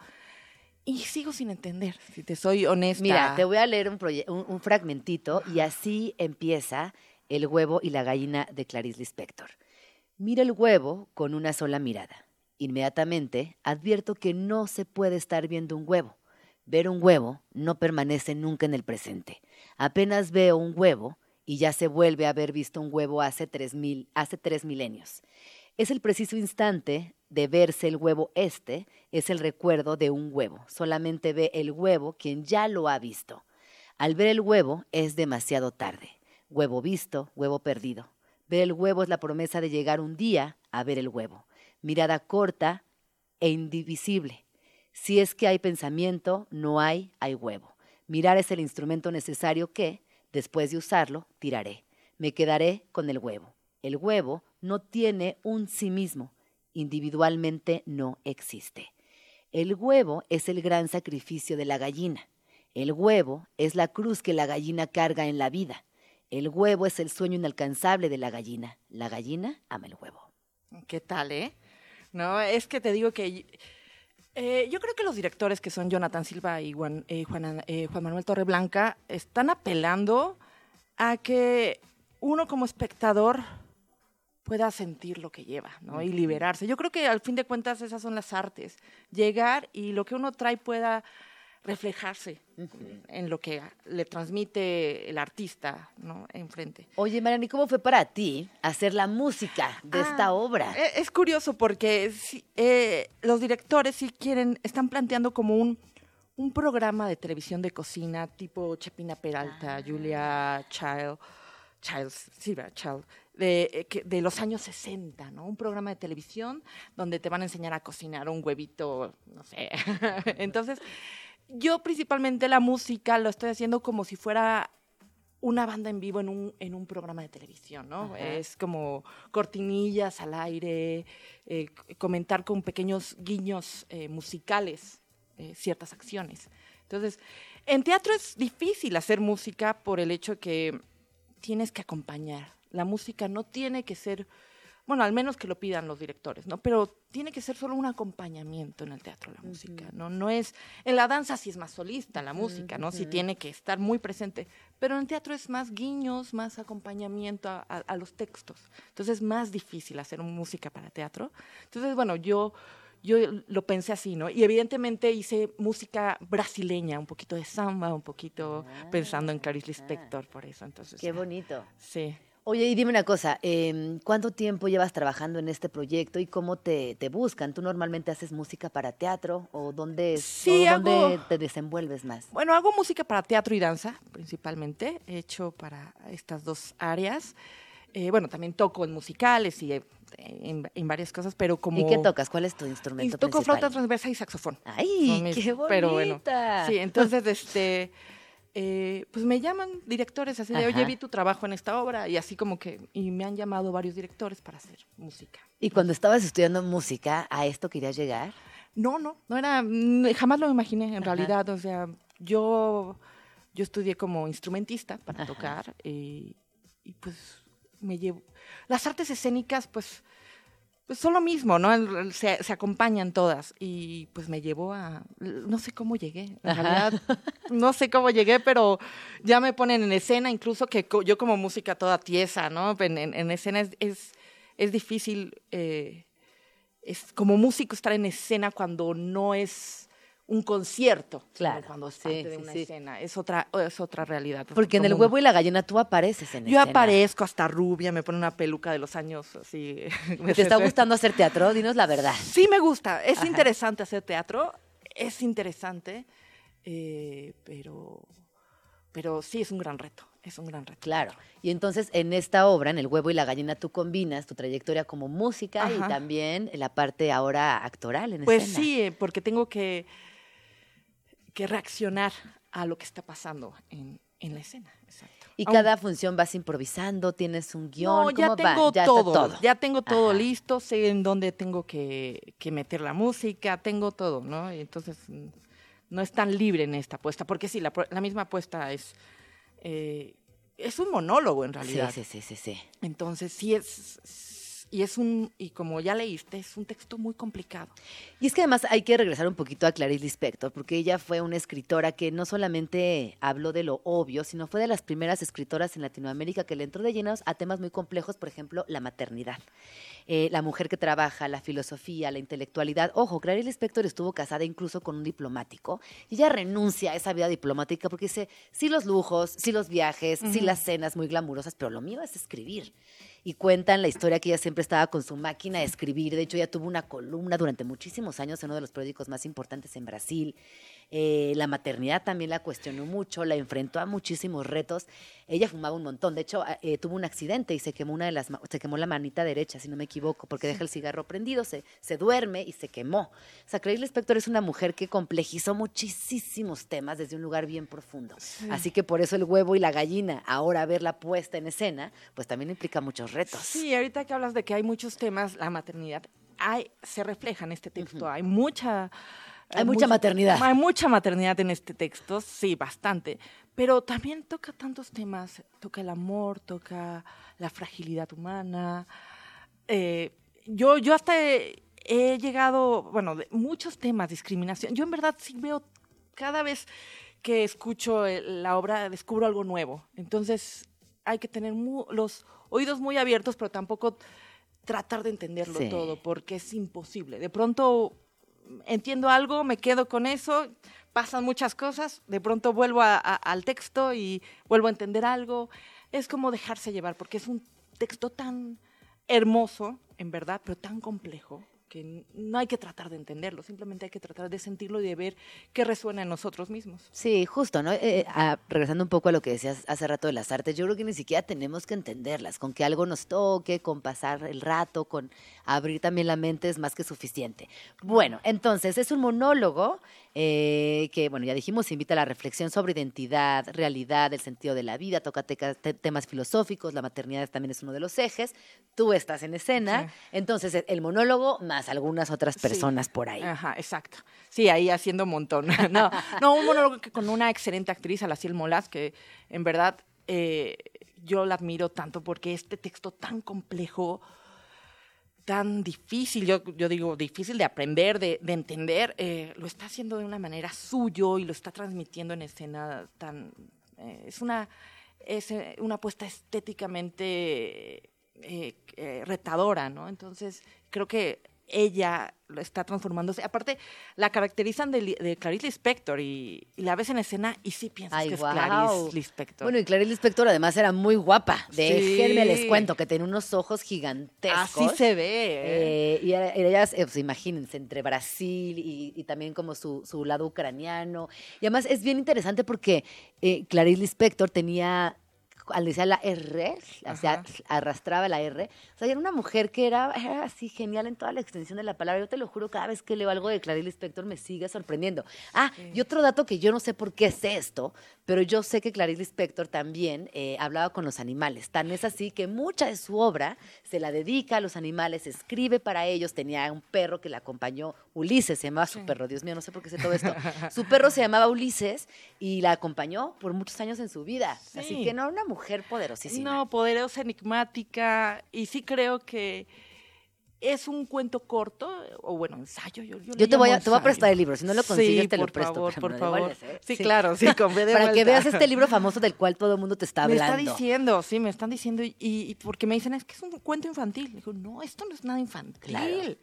y sigo sin entender, si te soy honesta. Mira, te voy a leer un, proye- un, un fragmentito y así empieza El huevo y la gallina de Clarice Lispector. Mira el huevo con una sola mirada. Inmediatamente advierto que no se puede estar viendo un huevo. Ver un huevo no permanece nunca en el presente. Apenas veo un huevo y ya se vuelve a haber visto un huevo hace tres, mil, hace tres milenios. Es el preciso instante de verse el huevo este, es el recuerdo de un huevo. Solamente ve el huevo quien ya lo ha visto. Al ver el huevo es demasiado tarde. Huevo visto, huevo perdido. Ver el huevo es la promesa de llegar un día a ver el huevo. Mirada corta e indivisible. Si es que hay pensamiento, no hay, hay huevo. Mirar es el instrumento necesario que, después de usarlo, tiraré. Me quedaré con el huevo. El huevo no tiene un sí mismo. Individualmente no existe. El huevo es el gran sacrificio de la gallina. El huevo es la cruz que la gallina carga en la vida. El huevo es el sueño inalcanzable de la gallina. La gallina ama el huevo. ¿Qué tal, eh? No, es que te digo que eh, yo creo que los directores que son Jonathan Silva y Juan, eh, Juan, eh, Juan Manuel Torreblanca están apelando a que uno como espectador pueda sentir lo que lleva, ¿no? Y liberarse. Yo creo que al fin de cuentas esas son las artes. Llegar y lo que uno trae pueda reflejarse uh-huh. en lo que le transmite el artista, ¿no? Enfrente. Oye, Mariana, ¿y cómo fue para ti hacer la música de ah, esta obra? Es curioso porque si, eh, los directores sí quieren, están planteando como un, un programa de televisión de cocina tipo Chepina Peralta, ah. Julia Child, Childs, sí, Child, de, de los años sesenta, ¿no? Un programa de televisión donde te van a enseñar a cocinar un huevito, no sé. Entonces, yo principalmente la música lo estoy haciendo como si fuera una banda en vivo en un, en un programa de televisión, ¿no? Ajá. Es como cortinillas al aire, eh, comentar con pequeños guiños eh, musicales eh, ciertas acciones. Entonces, en teatro es difícil hacer música por el hecho que tienes que acompañar. La música no tiene que ser, bueno, al menos que lo pidan los directores, ¿no? Pero tiene que ser solo un acompañamiento en el teatro, la uh-huh. música, ¿no? No es, en la danza sí es más solista la música, ¿no? Uh-huh. Sí tiene que estar muy presente, pero en el teatro es más guiños, más acompañamiento a, a, a los textos. Entonces es más difícil hacer música para teatro. Entonces, bueno, yo... Yo lo pensé así, ¿no? Y evidentemente hice música brasileña, un poquito de samba, un poquito ah, pensando en Clarice Lispector, ah, por eso. Entonces, qué bonito. Sí. Oye, y dime una cosa, eh, ¿cuánto tiempo llevas trabajando en este proyecto y cómo te, te buscan? ¿Tú normalmente haces música para teatro o dónde, sí, o dónde hago, te desenvuelves más? Bueno, hago música para teatro y danza, principalmente, hecho para estas dos áreas. Eh, bueno, también toco en musicales y... En, en varias cosas, pero como... ¿Y qué tocas? ¿Cuál es tu instrumento y toco principal? Flauta transversa y saxofón. ¡Ay, mis, qué bonita! Pero bueno, sí, entonces, este, eh, pues me llaman directores así de, Ajá. oye, vi tu trabajo en esta obra, y así como que, y me han llamado varios directores para hacer música. ¿Y cuando estabas estudiando música, a esto querías llegar? No, no, no era, jamás lo imaginé, en Ajá. realidad, o sea, yo, yo estudié como instrumentista para Ajá. tocar, y, y pues... me llevo las artes escénicas pues, pues son lo mismo, ¿no? Se, se acompañan todas y pues me llevó a no sé cómo llegué, en Ajá. realidad no sé cómo llegué, pero ya me ponen en escena, incluso que co- yo como música toda tiesa, ¿no? En, en, en escena es, es, es difícil eh, es como músico estar en escena cuando no es un concierto, Claro, sino cuando es sí, parte de sí, una sí. escena. Es otra, es otra realidad. Porque en El Como huevo y la gallina tú apareces en yo escena. aparezco hasta rubia, me pone una peluca de los años así. ¿Te está gustando hacer teatro? Dinos la verdad. Sí, me gusta. Es Ajá. interesante hacer teatro. Es interesante, eh, pero, pero sí es un gran reto. Es un gran reto. Claro. Y entonces en esta obra, en El huevo y la gallina, tú combinas tu trayectoria como música Ajá. y también la parte ahora actoral en Pues escena. sí, eh, porque tengo que, que reaccionar a lo que está pasando en, en la escena. Exacto. Y Aun- cada función vas improvisando, tienes un guión, No, ya ¿cómo tengo va? Ya todo, está todo. ya tengo todo Ajá. listo, sé en dónde tengo que, que meter la música, tengo todo, ¿no? Y entonces mm, no es tan libre en esta apuesta, porque sí, la, pu- la misma apuesta es, eh, es un monólogo en Sí, realidad. sí, sí, sí, sí. Entonces sí es, y es un, y como ya leíste, es un texto muy complicado. Y es que además hay que regresar un poquito a Clarice Lispector, porque ella fue una escritora que no solamente habló de lo obvio, sino fue de las primeras escritoras en Latinoamérica que le entró de llenos a temas muy complejos, por ejemplo, la maternidad. Eh, la mujer que trabaja, la filosofía, la intelectualidad. Ojo, Clarice Lispector estuvo casada incluso con un diplomático y ella renuncia a esa vida diplomática porque dice, sí los lujos, sí los viajes, sí las cenas muy glamurosas, pero lo mío es escribir. Y cuentan la historia que ella siempre estaba con su máquina de escribir. De hecho, ella tuvo una columna durante muchísimos años en uno de los periódicos más importantes en Brasil. Eh, la maternidad también la cuestionó mucho, la enfrentó a muchísimos retos. Ella fumaba un montón. De hecho, eh, tuvo un accidente y se quemó una de las ma- se quemó la manita derecha, si no me equivoco, porque deja el cigarro prendido, se, se duerme y se quemó. O sea, Clarice Lispector es una mujer que complejizó muchísimos temas desde un lugar bien profundo. Así que por eso el huevo y la gallina, ahora verla puesta en escena, pues también implica muchos retos. Sí, ahorita que hablas de que hay muchos temas, la maternidad, hay, se refleja en este texto, hay mucha... Hay mucha maternidad. Hay mucha maternidad en este texto, sí, bastante. Pero también toca tantos temas, toca el amor, toca la fragilidad humana. Eh, yo, yo hasta he, he llegado, bueno, de muchos temas, discriminación. Yo en verdad sí veo, cada vez que escucho el- la obra, descubro algo nuevo. Entonces hay que tener mu- los oídos muy abiertos, pero tampoco tratar de entenderlo Sí. todo, porque es imposible. De pronto entiendo algo, me quedo con eso, pasan muchas cosas, de pronto vuelvo a- a- al texto y vuelvo a entender algo. Es como dejarse llevar, porque es un texto tan hermoso, en verdad, pero tan complejo, que n- no hay que tratar de entenderlo, simplemente hay que tratar de sentirlo y de ver qué resuena en nosotros mismos. Sí, justo, ¿no? Eh, ah, regresando un poco a lo que decías hace rato de las artes, yo creo que ni siquiera tenemos que entenderlas, con que algo nos toque, con pasar el rato, con abrir también la mente es más que suficiente. Bueno, entonces es un monólogo eh, que, bueno, ya dijimos, invita a la reflexión sobre identidad, realidad, el sentido de la vida, toca teca- te- temas filosóficos, la maternidad también es uno de los ejes, tú estás en escena, Sí. entonces eh, el monólogo más algunas otras Sí. personas por ahí. Ajá, exacto. Sí, ahí haciendo un montón. No, no, un monólogo que con una excelente actriz, Alaciel Molas, que en verdad eh, yo la admiro tanto porque este texto tan complejo, tan difícil, yo, yo digo difícil de aprender, de, de entender, eh, lo está haciendo de una manera suyo y lo está transmitiendo en escena tan... eh, es una, es eh, una apuesta estéticamente eh, eh, retadora, ¿no? Entonces, creo que ella lo está transformándose. Aparte, la caracterizan de, Li- de Clarice Lispector y, y la ves en escena y sí piensas Ay, que es guau. Clarice Lispector. Bueno, y Clarice Lispector además era muy guapa. Déjenme Sí. les cuento que tenía unos ojos gigantescos. Así se ve. ¿eh? Eh, y era- ellas, eh, pues, imagínense, entre Brasil y, y también como su, su lado ucraniano. Y además es bien interesante porque eh, Clarice Lispector tenía, al decir la R, o sea, Ajá. arrastraba la R. O sea, era una mujer que era, era así genial en toda la extensión de la palabra. Yo te lo juro, cada vez que leo algo de Clarice Lispector me sigue sorprendiendo. Ah, y otro dato que yo no sé por qué sé esto, pero yo sé que Clarice Lispector también eh, hablaba con los animales. Tan es así que mucha de su obra se la dedica a los animales, escribe para ellos. Tenía un perro que la acompañó, Ulises, se llamaba su perro. Dios mío, no sé por qué sé todo esto. Su perro se llamaba Ulises y la acompañó por muchos años en su vida. Así Sí. que no, una mujer poderosísima. No, poderosa, enigmática, y sí creo que es un cuento corto, o bueno, ensayo. Yo, yo, le Yo te voy, a, llamo te voy a ensayo. prestar el libro. Si no lo consigues, Sí, te lo por presto. favor, pero por me lo favor. devuelves, ¿eh? Sí, claro, sí, con fe de Para que vuelta. veas este libro famoso del cual todo el mundo te está Me hablando. está diciendo, sí, me están diciendo, y, y porque me dicen, es que es un cuento infantil. Le digo, no, esto no es nada infantil. Claro.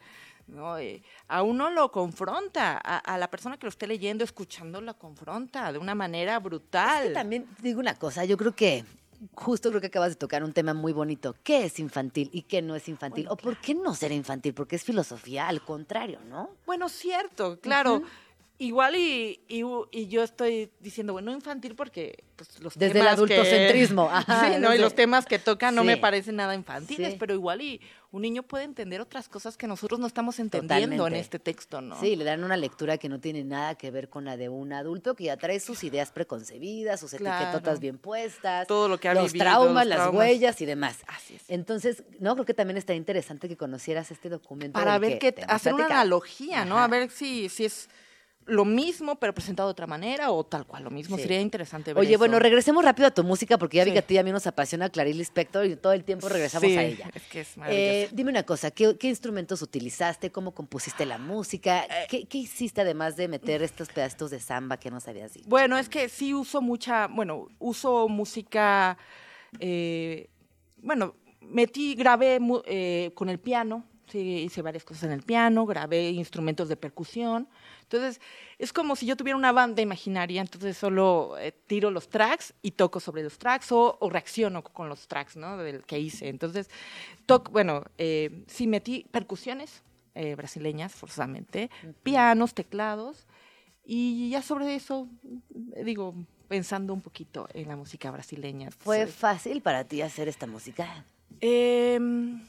¿no? Eh, a uno lo confronta, a, a la persona que lo esté leyendo, escuchando, la confronta de una manera brutal. Es que también digo una cosa, yo creo que justo creo que acabas de tocar un tema muy bonito. ¿Qué es infantil y qué no es infantil? Bueno, ¿O por qué no ser infantil? Porque es filosofía, al contrario, ¿no? Bueno, cierto, claro. Uh-huh. Igual y, y, y yo estoy diciendo, bueno, infantil porque pues, los Desde temas el adultocentrismo. Que, Ajá, sí, ¿no? Y los temas que tocan sí. no me parecen nada infantiles, sí. pero igual y un niño puede entender otras cosas que nosotros no estamos entendiendo Totalmente. En este texto, ¿no? Sí, le dan una lectura que no tiene nada que ver con la de un adulto que ya trae sus ideas preconcebidas, sus claro. etiquetotas bien puestas, todo lo que ha los vivido, traumas, los las traumas. huellas y demás. Así es. Entonces, no, creo que también está interesante que conocieras este documento. Para ver que qué, hacer una analogía, ¿no? Ajá. A ver si, si es lo mismo, pero presentado de otra manera o tal cual lo mismo. Sí. Sería interesante ver Oye, eso. bueno, regresemos rápido a tu música porque ya sí. vi que a ti y a mí nos apasiona Clarice Lispector y todo el tiempo regresamos sí, a ella. Es que es maravilloso. Eh, dime una cosa, ¿qué, ¿qué instrumentos utilizaste? ¿Cómo compusiste la música? ¿Qué, qué hiciste además de meter estos pedacitos de samba que nos habías dicho? Bueno, es que sí uso mucha, bueno, uso música, eh, bueno, metí, grabé eh, con el piano. Sí, hice varias cosas en el piano, grabé instrumentos de percusión. Entonces, es como si yo tuviera una banda imaginaria, entonces solo eh, tiro los tracks y toco sobre los tracks o, o reacciono con los tracks, ¿no? Del que hice. Entonces, toco, bueno, eh, sí metí percusiones eh, brasileñas, forzosamente, uh-huh. pianos, teclados, y ya sobre eso, digo, pensando un poquito en la música brasileña. ¿Fue Entonces, fácil para ti hacer esta música? Eh...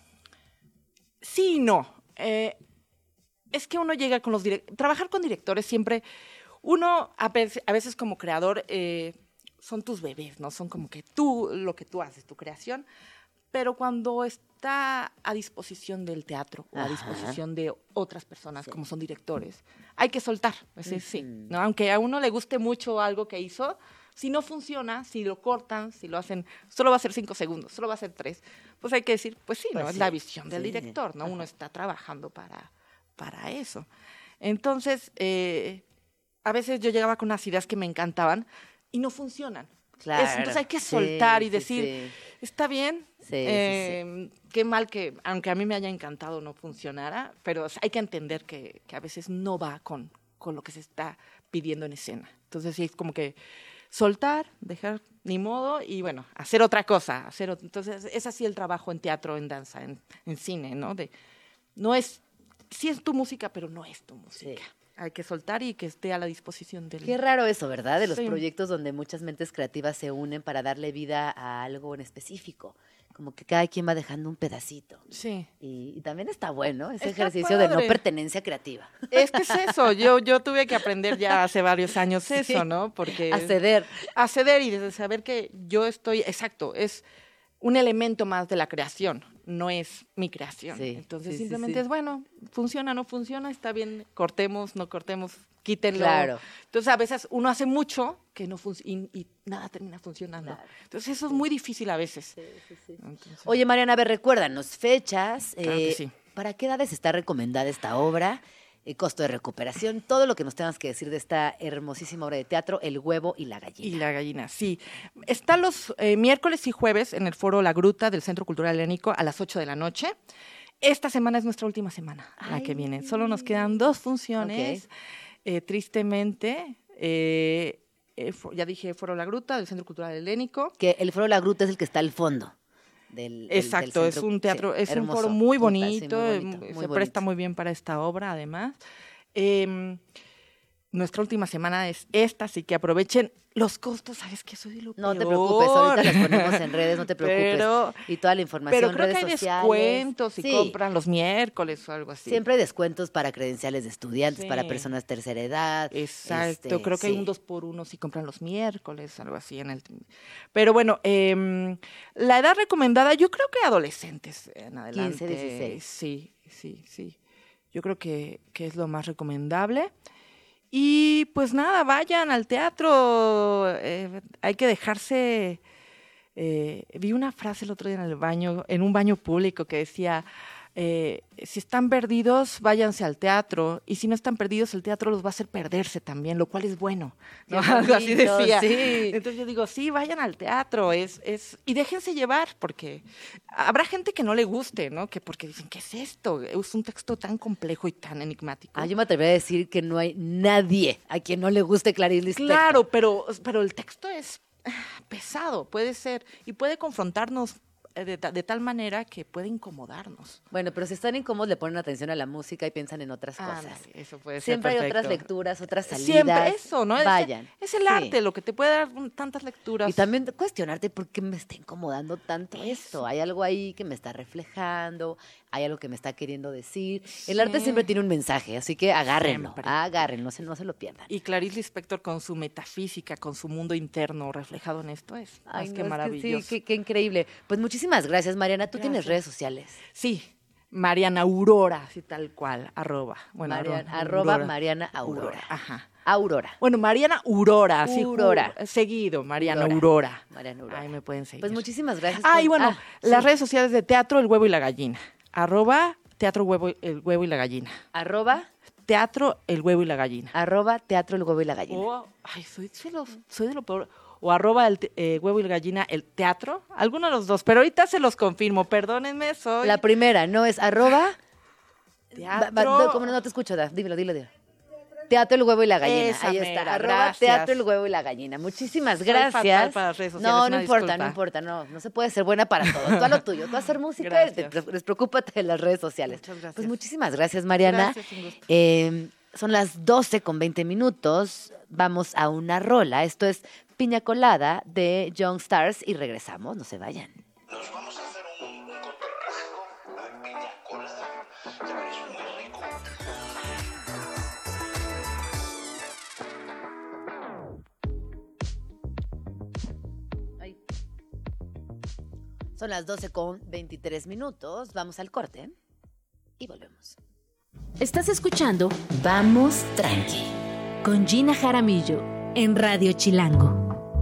Sí y no. Eh, es que uno llega con los directores. Trabajar con directores siempre, uno a veces, a veces como creador eh, son tus bebés, ¿no? Son como que tú, lo que tú haces, tu creación. Pero cuando está a disposición del teatro o Ajá. a disposición de otras personas, sí. como son directores, hay que soltar. Ese, uh-huh. sí, ¿no? Aunque a uno le guste mucho algo que hizo, si no funciona, si lo cortan, si lo hacen, solo va a ser cinco segundos, solo va a ser tres, pues hay que decir, pues sí, ¿no? Pues es sí, la visión del sí. director, ¿no? Ajá. Uno está trabajando para, para eso. Entonces, eh, a veces yo llegaba con unas ideas que me encantaban y no funcionan. Claro. Es, entonces hay que soltar sí, y decir, sí, sí. está bien, sí, eh, sí, sí. qué mal que, aunque a mí me haya encantado, no funcionara, pero hay que entender que, que a veces no va con, con lo que se está pidiendo en escena. Entonces sí, es como que soltar, dejar ni modo y bueno, hacer otra cosa. Hacer, entonces es así el trabajo en teatro, en danza, en, en cine, ¿no? De, no es, sí es tu música, pero no es tu música. Sí. Hay que soltar y que esté a la disposición del... Qué raro eso, ¿verdad? De los sí. proyectos donde muchas mentes creativas se unen para darle vida a algo en específico. Como que cada quien va dejando un pedacito. Sí. Y, y también está bueno ese está ejercicio padre. de no pertenencia creativa. Es que es eso. Yo, yo tuve que aprender ya hace varios años sí. eso, ¿no? Porque... A ceder. A ceder y desde saber que yo estoy... Exacto, es un elemento más de la creación. No es mi creación. Sí, Entonces sí, simplemente sí, sí. es, bueno, funciona, no funciona, está bien, cortemos, no cortemos, quítenlo. Claro. Entonces a veces uno hace mucho que no funciona y, y nada termina funcionando. Claro. Entonces eso sí. es muy difícil a veces. Sí, sí, sí. Entonces, Oye, Mariana, a ver, recuérdanos fechas. Claro eh, que sí. ¿Para qué edades está recomendada esta obra? El costo de recuperación, todo lo que nos tengas que decir de esta hermosísima obra de teatro, El huevo y la gallina. Y la gallina, sí. Está los eh, miércoles y jueves en el Foro La Gruta del Centro Cultural Helénico a las ocho de la noche. Esta semana es nuestra última semana, Ay. la que viene. Solo nos quedan dos funciones. Okay. Eh, tristemente, eh, eh, ya dije Foro La Gruta del Centro Cultural Helénico. Que el Foro La Gruta es el que está al fondo. Del, Exacto, del es un teatro, sí, es hermoso, un foro muy bonito, sí, muy bonito muy se bonito. presta muy bien para esta obra, además. Eh, nuestra última semana es esta, así que aprovechen los costos, ¿sabes qué? Soy lo No peor. te preocupes, ahorita las ponemos en redes, no te preocupes. Pero, y toda la información, pero creo redes que hay sociales. descuentos si sí. compran los miércoles o algo así. Siempre hay descuentos para credenciales de estudiantes, sí. para personas tercera edad. Exacto, este, creo que sí. hay un dos por uno si compran los miércoles, algo así. en el. Pero bueno, eh, la edad recomendada, yo creo que adolescentes en adelante. quince, dieciséis. Sí, sí, sí. Yo creo que, que es lo más recomendable. Y pues nada, vayan al teatro, eh, hay que dejarse... Eh, vi una frase el otro día en el baño, en un baño público que decía, Eh, si están perdidos, váyanse al teatro, y si no están perdidos, el teatro los va a hacer perderse también, lo cual es bueno, ¿no? Algo así decía. Sí. Entonces yo digo, sí, vayan al teatro, es, es, y déjense llevar, porque habrá gente que no le guste, ¿no? Que porque dicen, ¿qué es esto? Es un texto tan complejo y tan enigmático. Ah, yo me atrevería a decir que no hay nadie a quien no le guste Clarice Lispector. Claro, pero, pero el texto es pesado, puede ser, y puede confrontarnos de, de tal manera que puede incomodarnos. Bueno, pero si están incómodos, le ponen atención a la música y piensan en otras cosas. Ah, no, eso puede Siempre ser hay otras perfecto. lecturas, otras salidas. Siempre eso, ¿no? Vayan. Es, es el Sí. arte lo que te puede dar tantas lecturas. Y también cuestionarte por qué me está incomodando tanto esto. Hay algo ahí que me está reflejando, hay algo que me está queriendo decir. El arte Sí. siempre tiene un mensaje, así que agárrenlo, Siempre. agárrenlo, no se, no se lo pierdan. Y Clarice Lispector con su metafísica, con su mundo interno reflejado en esto es Ay, más no, que es que maravilloso. sí, qué, qué increíble. Pues muchísimas gracias, Mariana. ¿Tú tienes Gracias. redes sociales? Sí, Mariana Aurora, así tal cual, arroba. Bueno, Mariana, arroba, arroba Aurora. Mariana Aurora. Ajá. Aurora. Bueno, Mariana Aurora, así Aurora. ju- seguido, Mariana Aurora. Aurora. Mariana Aurora. Ahí me pueden seguir. Pues muchísimas gracias. Ah, por- y bueno, Ah, las sí. redes sociales de Teatro, El Huevo y la Gallina. Arroba Teatro Huevo, El Huevo y la Gallina. Arroba, Teatro, El Huevo y la Gallina. arroba Teatro El Huevo y la Gallina. O, ay, soy, soy, lo- soy de lo peor. O arroba el te- eh, Huevo y la Gallina, el teatro. Alguno de los dos, pero ahorita se los confirmo. Perdónenme, soy La primera, ¿no? Es arroba... teatro. Va- va- ¿Cómo no, no te escucho? Daf? Dímelo, dilo, dilo. Teatro El Huevo y la Gallina. Esa Ahí mera, está. Arroba gracias. Teatro El Huevo y la Gallina. Muchísimas Soy gracias. fatal para las redes sociales, no, no una importa, disculpa. no importa. No, no se puede ser buena para todo. Tú a lo tuyo. Tú a hacer música, Gracias. te- despreocúpate de las redes sociales. Muchas gracias. Pues muchísimas gracias, Mariana. Gracias, un gusto. Eh, son las doce con veinte minutos. Vamos a una rola. Esto es Piña Colada de Young Stars y regresamos. No se vayan. Nos vamos a hacer un, un cortometraje con la piña colada. Ya veréis, muy rico. Ay. Son las doce con veintitrés minutos. Vamos al corte y volvemos. Estás escuchando Vamos Tranqui con Gina Jaramillo en Radio Chilango.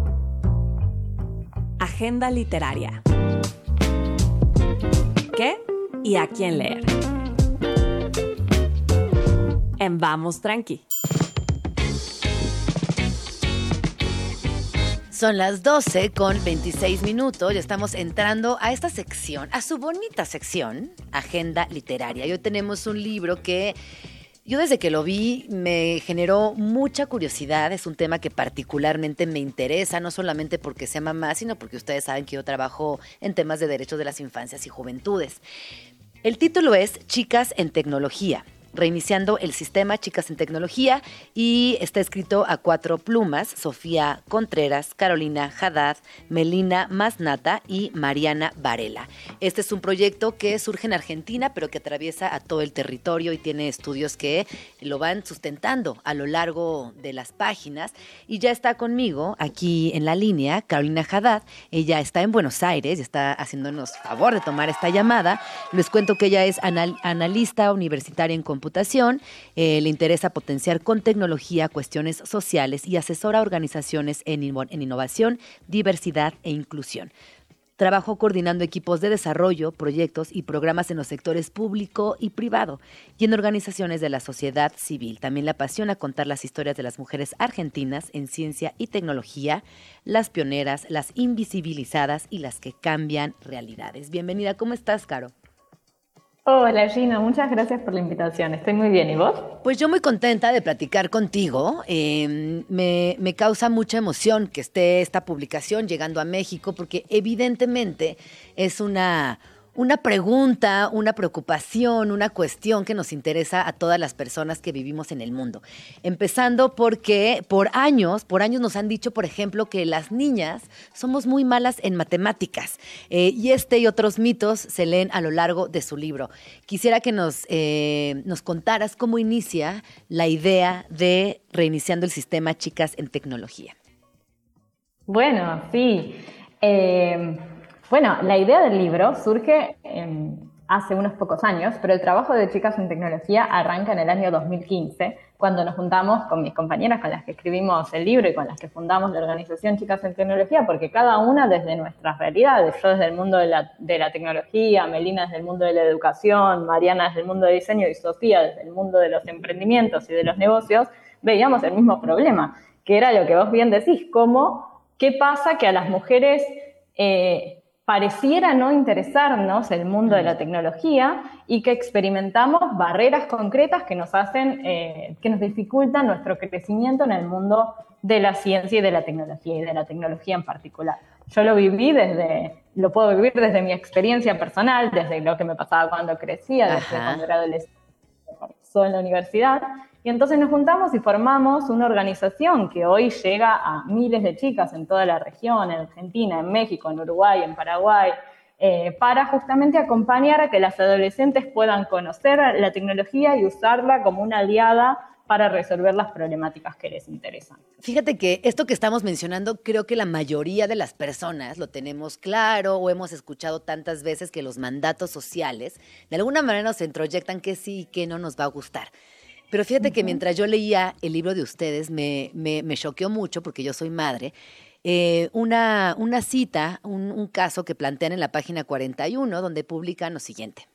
Agenda literaria. ¿Qué y a quién leer? En Vamos Tranqui. Son las doce con veintiséis minutos y estamos entrando a esta sección, a su bonita sección, Agenda Literaria. Y hoy tenemos un libro que yo desde que lo vi me generó mucha curiosidad. Es un tema que particularmente me interesa, no solamente porque sea mamá, sino porque ustedes saben que yo trabajo en temas de derechos de las infancias y juventudes. El título es Chicas en Tecnología. Reiniciando el sistema, Chicas en Tecnología, y está escrito a cuatro plumas: Sofía Contreras, Carolina Haddad, Melina Masnata y Mariana Varela. Este es un proyecto que surge en Argentina, pero que atraviesa a todo el territorio y tiene estudios que lo van sustentando a lo largo de las páginas. Y ya está conmigo aquí en la línea Carolina Haddad. Ella está en Buenos Aires y está haciéndonos favor de tomar esta llamada. Les cuento que ella es anal- analista universitaria en computación. Eh, le interesa potenciar con tecnología cuestiones sociales y asesora a organizaciones en, inno- en innovación, diversidad e inclusión. Trabajó coordinando equipos de desarrollo, proyectos y programas en los sectores público y privado y en organizaciones de la sociedad civil. También le apasiona contar las historias de las mujeres argentinas en ciencia y tecnología, las pioneras, las invisibilizadas y las que cambian realidades. Bienvenida, ¿cómo estás, Caro? Hola Gina, muchas gracias por la invitación. Estoy muy bien, ¿y vos? Pues yo muy contenta de platicar contigo. Eh, me, me causa mucha emoción que esté esta publicación llegando a México porque evidentemente es una, una pregunta, una preocupación, una cuestión que nos interesa a todas las personas que vivimos en el mundo. Empezando porque por años, por años nos han dicho, por ejemplo, que las niñas somos muy malas en matemáticas. Eh, y este y otros mitos se leen a lo largo de su libro. Quisiera que nos, eh, nos contaras cómo inicia la idea de Reiniciando el Sistema Chicas en Tecnología. Bueno, sí. Eh, bueno, la idea del libro surge en, hace unos pocos años, pero el trabajo de Chicas en Tecnología arranca en el año dos mil quince, cuando nos juntamos con mis compañeras con las que escribimos el libro y con las que fundamos la organización Chicas en Tecnología, porque cada una desde nuestras realidades, yo desde el mundo de la, de la tecnología, Melina desde el mundo de la educación, Mariana desde el mundo de diseño y Sofía desde el mundo de los emprendimientos y de los negocios, veíamos el mismo problema, que era lo que vos bien decís, cómo, qué pasa que a las mujeres eh, pareciera no interesarnos el mundo de la tecnología y que experimentamos barreras concretas que nos hacen, eh, que nos dificultan nuestro crecimiento en el mundo de la ciencia y de la tecnología, y de la tecnología en particular. Yo lo viví desde, lo puedo vivir desde mi experiencia personal, desde lo que me pasaba cuando crecía, desde Ajá. cuando era adolescente, en la universidad, y entonces nos juntamos y formamos una organización que hoy llega a miles de chicas en toda la región, en Argentina, en México, en Uruguay, en Paraguay, eh, para justamente acompañar a que las adolescentes puedan conocer la tecnología y usarla como una aliada para resolver las problemáticas que les interesan. Fíjate que esto que estamos mencionando, creo que la mayoría de las personas lo tenemos claro o hemos escuchado tantas veces que los mandatos sociales de alguna manera nos introyectan que sí y que no nos va a gustar. Pero fíjate que mientras yo leía el libro de ustedes, me, me, me choqueó mucho, porque yo soy madre, eh, una, una cita, un, un caso que plantean en la página cuarenta y uno, donde publican lo siguiente.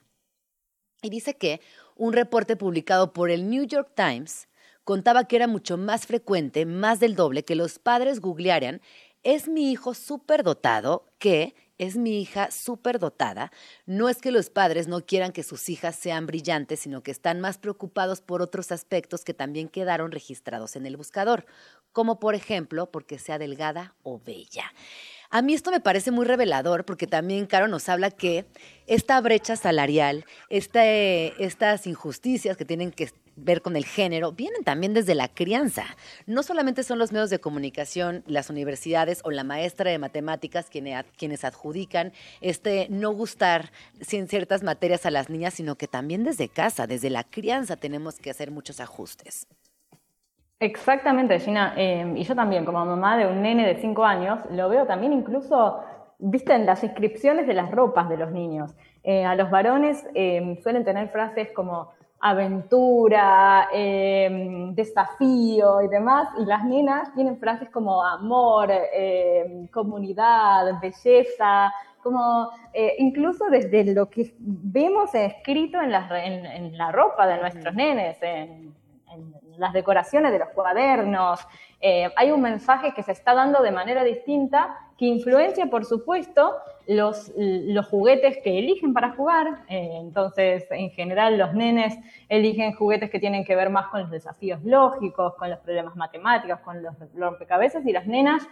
Y dice que un reporte publicado por el New York Times contaba que era mucho más frecuente, más del doble, que los padres googlearan «¿Es mi hijo superdotado?» que «¿Es mi hija superdotada?». No es que los padres no quieran que sus hijas sean brillantes, sino que están más preocupados por otros aspectos que también quedaron registrados en el buscador, como por ejemplo porque sea delgada o bella. A mí esto me parece muy revelador porque también, Caro, nos habla que esta brecha salarial, este, estas injusticias que tienen que ver con el género, vienen también desde la crianza. No solamente son los medios de comunicación, las universidades o la maestra de matemáticas quienes, quienes adjudican este no gustar en ciertas materias a las niñas, sino que también desde casa, desde la crianza, tenemos que hacer muchos ajustes. Exactamente, Gina. Eh, y yo también, como mamá de un nene de cinco años, lo veo también incluso, viste, en las inscripciones de las ropas de los niños. Eh, a los varones eh, suelen tener frases como aventura, eh, desafío y demás, y las nenas tienen frases como amor, eh, comunidad, belleza, como eh, incluso desde lo que vemos escrito en la, en, en la ropa de nuestros nenes, en, en las decoraciones de los cuadernos. Eh, hay un mensaje que se está dando de manera distinta que influencia, por supuesto, los, los juguetes que eligen para jugar. Eh, entonces, en general, los nenes eligen juguetes que tienen que ver más con los desafíos lógicos, con los problemas matemáticos, con los rompecabezas, y las nenas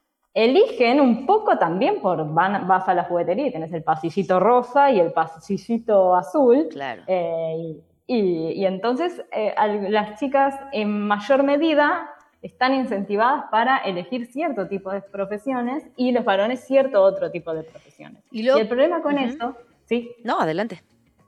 eligen un poco también por, van, vas a la juguetería y tenés el pasillito rosa y el pasillito azul. Claro. Eh, y, y, y entonces eh, las chicas en mayor medida están incentivadas para elegir cierto tipo de profesiones y los varones cierto otro tipo de profesiones. Y, luego, y el problema con uh-huh. eso... ¿sí? No, adelante.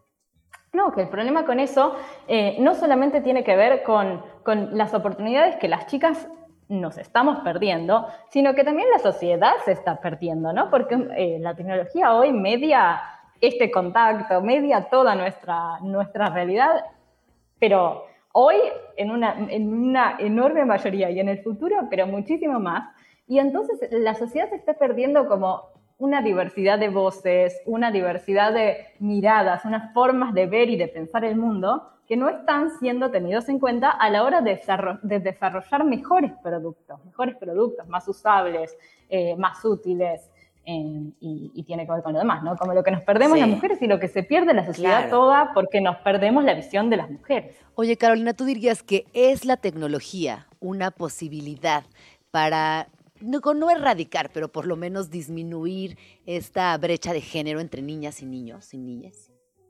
No, que el problema con eso eh, no solamente tiene que ver con, con las oportunidades que las chicas nos estamos perdiendo, sino que también la sociedad se está perdiendo, ¿no? Porque eh, la tecnología hoy media este contacto, media toda nuestra, nuestra realidad, pero hoy en una, en una enorme mayoría y en el futuro, pero muchísimo más. Y entonces la sociedad se está perdiendo como una diversidad de voces, una diversidad de miradas, unas formas de ver y de pensar el mundo que no están siendo tenidos en cuenta a la hora de, desarroll- de desarrollar mejores productos, mejores productos, más usables, eh, más útiles. Eh, y, y tiene que ver con lo demás, ¿no? Como lo que nos perdemos sí. las mujeres y lo que se pierde la sociedad claro. toda porque nos perdemos la visión de las mujeres. Oye, Carolina, ¿tú dirías que es la tecnología una posibilidad para, no, no erradicar, pero por lo menos disminuir esta brecha de género entre niñas y niños y niñas?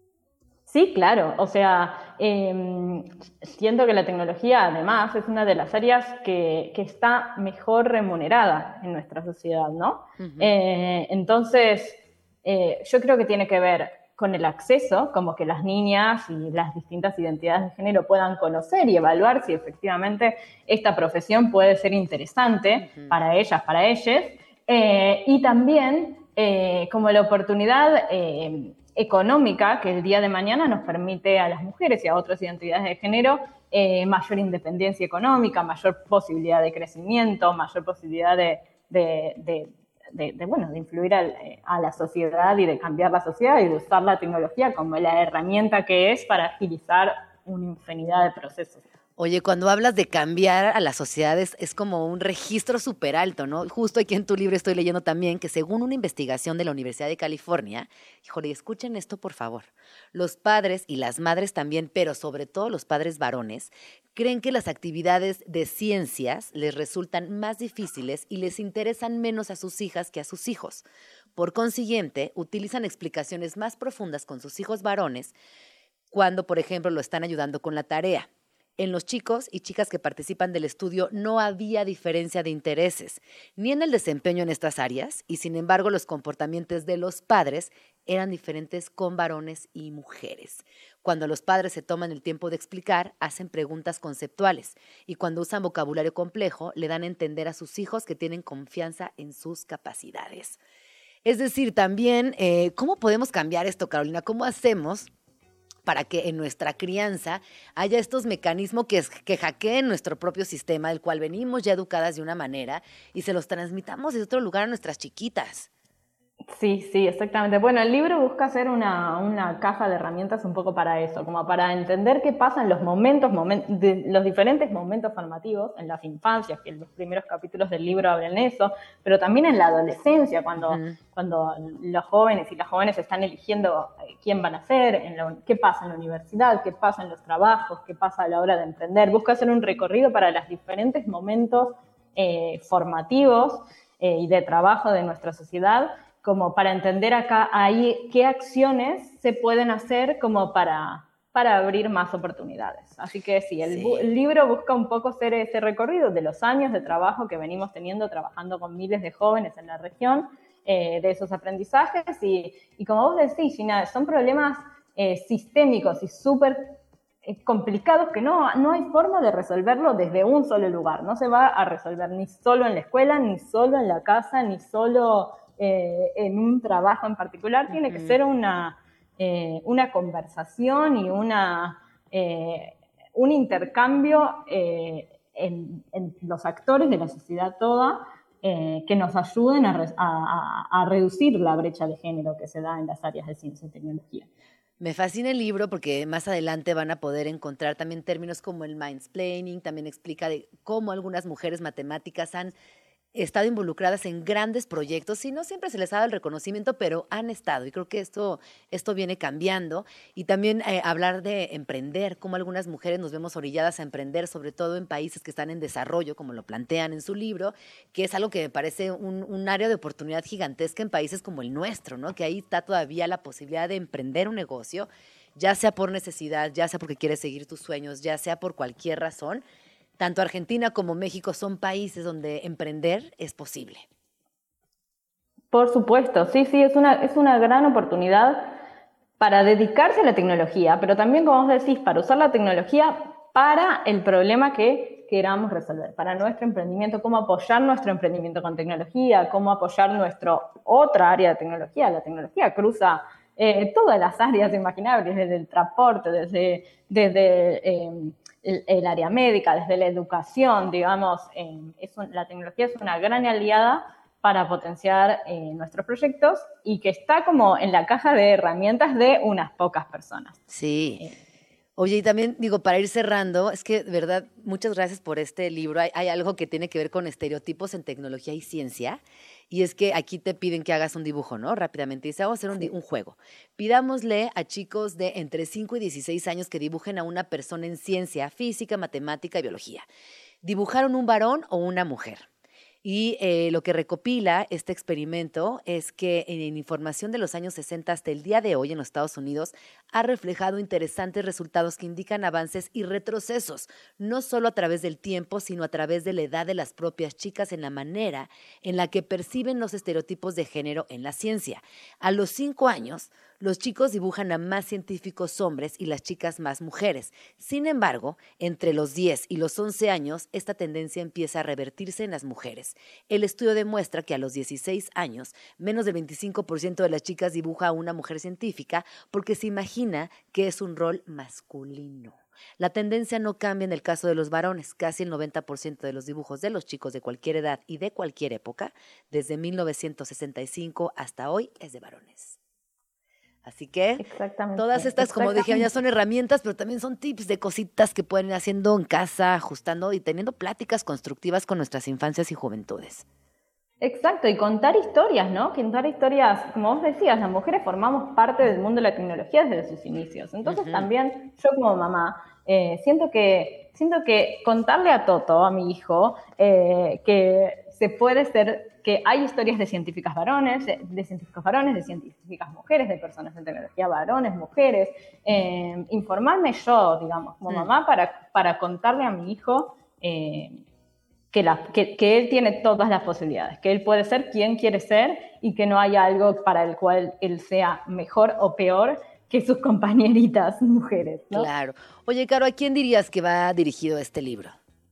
Sí, claro. O sea, eh, siento que la tecnología, además, es una de las áreas que, que está mejor remunerada en nuestra sociedad, ¿no? Uh-huh. Eh, entonces, eh, yo creo que tiene que ver con el acceso, como que las niñas y las distintas identidades de género puedan conocer y evaluar si efectivamente esta profesión puede ser interesante uh-huh. para ellas, para ellos, eh, y también eh, como la oportunidad... Eh, económica que el día de mañana nos permite a las mujeres y a otras identidades de género eh, mayor independencia económica, mayor posibilidad de crecimiento, mayor posibilidad de, de, de, de, de, bueno, de influir al, a la sociedad y de cambiar la sociedad y de usar la tecnología como la herramienta que es para agilizar una infinidad de procesos. Oye, cuando hablas de cambiar a las sociedades es como un registro súper alto, ¿no? Justo aquí en tu libro estoy leyendo también que según una investigación de la Universidad de California, híjole, escuchen esto por favor, los padres y las madres también, pero sobre todo los padres varones, creen que las actividades de ciencias les resultan más difíciles y les interesan menos a sus hijas que a sus hijos. Por consiguiente, utilizan explicaciones más profundas con sus hijos varones cuando, por ejemplo, lo están ayudando con la tarea. En los chicos y chicas que participan del estudio no había diferencia de intereses, ni en el desempeño en estas áreas, y sin embargo los comportamientos de los padres eran diferentes con varones y mujeres. Cuando los padres se toman el tiempo de explicar, hacen preguntas conceptuales, y cuando usan vocabulario complejo, le dan a entender a sus hijos que tienen confianza en sus capacidades. Es decir, también, eh, ¿cómo podemos cambiar esto, Carolina? ¿Cómo hacemos para que en nuestra crianza haya estos mecanismos que, que hackeen nuestro propio sistema, del cual venimos ya educadas de una manera, y se los transmitamos de otro lugar a nuestras chiquitas? Sí, sí, exactamente. Bueno, el libro busca hacer una, una caja de herramientas un poco para eso, como para entender qué pasa en los momentos, momen- de, los diferentes momentos formativos, en las infancias, que en los primeros capítulos del libro hablan de eso, pero también en la adolescencia, cuando, uh-huh. cuando los jóvenes y las jóvenes están eligiendo quién van a ser, en la, qué pasa en la universidad, qué pasa en los trabajos, qué pasa a la hora de emprender. Busca hacer un recorrido para los diferentes momentos eh, formativos eh, y de trabajo de nuestra sociedad, como para entender acá ahí qué acciones se pueden hacer como para, para abrir más oportunidades. Así que sí, el, sí. el libro busca un poco hacer ese recorrido de los años de trabajo que venimos teniendo, trabajando con miles de jóvenes en la región, eh, de esos aprendizajes, y, y como vos decís, Gina, son problemas eh, sistémicos y súper eh, complicados que no, no hay forma de resolverlo desde un solo lugar. No se va a resolver ni solo en la escuela, ni solo en la casa, ni solo Eh, en un trabajo en particular. Tiene uh-huh. que ser una, eh, una conversación y una, eh, un intercambio eh, en, en los actores de la sociedad toda eh, que nos ayuden a, re- a, a, a reducir la brecha de género que se da en las áreas de ciencia y tecnología. Me fascina el libro porque más adelante van a poder encontrar también términos como el mansplaining, también explica de cómo algunas mujeres matemáticas han estado involucradas en grandes proyectos y no siempre se les ha dado el reconocimiento, pero han estado, y creo que esto, esto viene cambiando. Y también eh, hablar de emprender, cómo algunas mujeres nos vemos orilladas a emprender, sobre todo en países que están en desarrollo, como lo plantean en su libro, que es algo que me parece un, un área de oportunidad gigantesca en países como el nuestro, ¿no? Que ahí está todavía la posibilidad de emprender un negocio, ya sea por necesidad, ya sea porque quieres seguir tus sueños, ya sea por cualquier razón. Tanto Argentina como México son países donde emprender es posible. Por supuesto, sí, sí, es una, es una gran oportunidad para dedicarse a la tecnología, pero también, como vos decís, para usar la tecnología para el problema que queramos resolver, para nuestro emprendimiento, cómo apoyar nuestro emprendimiento con tecnología, cómo apoyar nuestra otra área de tecnología. La tecnología cruza eh, todas las áreas imaginables, desde el transporte, desde... desde eh, El, el área médica, desde la educación, digamos, eh, es un, la tecnología es una gran aliada para potenciar eh, nuestros proyectos y que está como en la caja de herramientas de unas pocas personas. Sí. Eh, Oye, y también digo, para ir cerrando, es que de verdad, muchas gracias por este libro. Hay, hay algo que tiene que ver con estereotipos en tecnología y ciencia, y es que aquí te piden que hagas un dibujo, ¿no? Rápidamente. Dice, vamos a hacer un, di- un juego. Pidámosle a chicos de entre cinco y dieciséis años que dibujen a una persona en ciencia, física, matemática y biología. ¿Dibujaron un varón o una mujer? Y eh, lo que recopila este experimento es que en información de los años sesenta hasta el día de hoy en los Estados Unidos ha reflejado interesantes resultados que indican avances y retrocesos, no solo a través del tiempo, sino a través de la edad de las propias chicas en la manera en la que perciben los estereotipos de género en la ciencia. A los cinco años, Los chicos dibujan a más científicos hombres y las chicas más mujeres. Sin embargo, entre los diez y los once años, esta tendencia empieza a revertirse en las mujeres. El estudio demuestra que a los dieciséis años, menos del veinticinco por ciento de las chicas dibuja a una mujer científica porque se imagina que es un rol masculino. La tendencia no cambia en el caso de los varones. Casi el noventa por ciento de los dibujos de los chicos de cualquier edad y de cualquier época, desde mil novecientos sesenta y cinco hasta hoy, es de varones. Así que todas estas, como dije, ya son herramientas, pero también son tips de cositas que pueden ir haciendo en casa, ajustando y teniendo pláticas constructivas con nuestras infancias y juventudes. Exacto, y contar historias, ¿no? Contar historias, como vos decías, las mujeres formamos parte del mundo de la tecnología desde sus inicios. Entonces uh-huh. también yo como mamá eh, siento que siento que contarle a Toto, a mi hijo, eh, que se puede ser, que hay historias de científicas varones, de, de científicos varones, de científicas mujeres, de personas en tecnología varones, mujeres, eh, informarme yo, digamos, como uh-huh. mamá, para, para contarle a mi hijo eh, Que, la, que, que él tiene todas las posibilidades, que él puede ser quien quiere ser y que no hay algo para el cual él sea mejor o peor que sus compañeritas mujeres, ¿no? Claro. Oye, Caro, ¿a quién dirías que va dirigido este libro?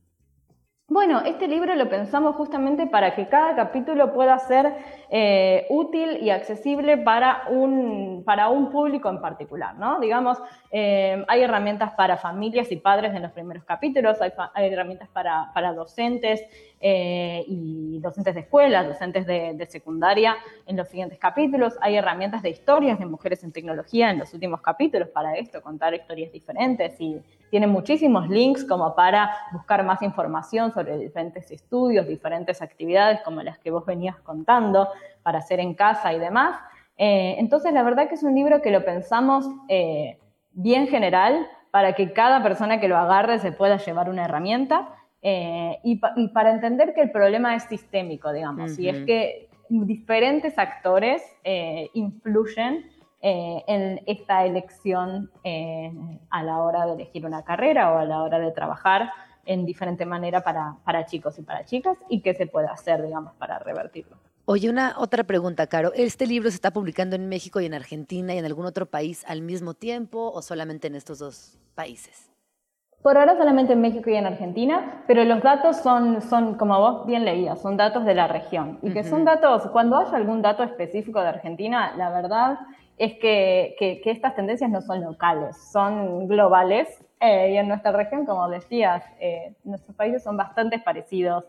Bueno, este libro lo pensamos justamente para que cada capítulo pueda ser eh, útil y accesible para un, para un público en particular, ¿no? Digamos, eh, hay herramientas para familias y padres en los primeros capítulos, hay, hay herramientas para, para docentes eh, y docentes de escuela, docentes de, de secundaria en los siguientes capítulos, hay herramientas de historias de mujeres en tecnología en los últimos capítulos para esto, contar historias diferentes, y tiene muchísimos links como para buscar más información sobre diferentes estudios, diferentes actividades como las que vos venías contando, para hacer en casa y demás. Eh, entonces, la verdad que es un libro que lo pensamos eh, bien general para que cada persona que lo agarre se pueda llevar una herramienta eh, y, pa- y para entender que el problema es sistémico, digamos, uh-huh. y es que diferentes actores eh, influyen Eh, en esta elección eh, a la hora de elegir una carrera o a la hora de trabajar en diferente manera para, para chicos y para chicas, y qué se puede hacer, digamos, para revertirlo. Oye, una otra pregunta, Caro. ¿Este libro se está publicando en México y en Argentina y en algún otro país al mismo tiempo o solamente en estos dos países? Por ahora solamente en México y en Argentina, pero los datos son, son como vos bien leías, son datos de la región. Y que uh-huh. son datos, cuando haya algún dato específico de Argentina, la verdad es que, que, que estas tendencias no son locales, son globales. Eh, y en nuestra región, como decías, eh, nuestros países son bastante parecidos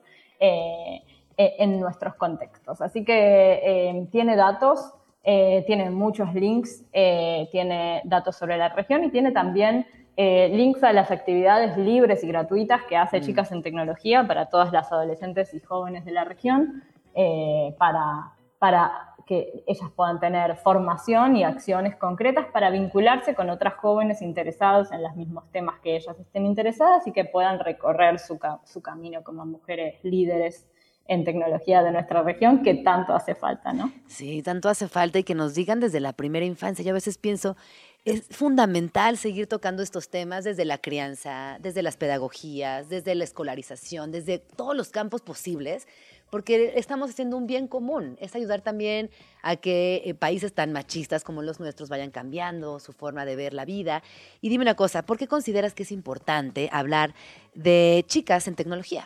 eh, eh, en nuestros contextos. Así que eh, tiene datos, eh, tiene muchos links, eh, tiene datos sobre la región y tiene también eh, links a las actividades libres y gratuitas que hace mm. Chicas en Tecnología para todas las adolescentes y jóvenes de la región, eh, para, para que ellas puedan tener formación y acciones concretas para vincularse con otras jóvenes interesadas en los mismos temas que ellas estén interesadas y que puedan recorrer su, ca- su camino como mujeres líderes en tecnología de nuestra región, que tanto hace falta, ¿no? Sí, tanto hace falta, y que nos digan desde la primera infancia. Yo a veces pienso, es fundamental seguir tocando estos temas desde la crianza, desde las pedagogías, desde la escolarización, desde todos los campos posibles, porque estamos haciendo un bien común. Es ayudar también a que eh, países tan machistas como los nuestros vayan cambiando su forma de ver la vida. Y dime una cosa, ¿por qué consideras que es importante hablar de chicas en tecnología?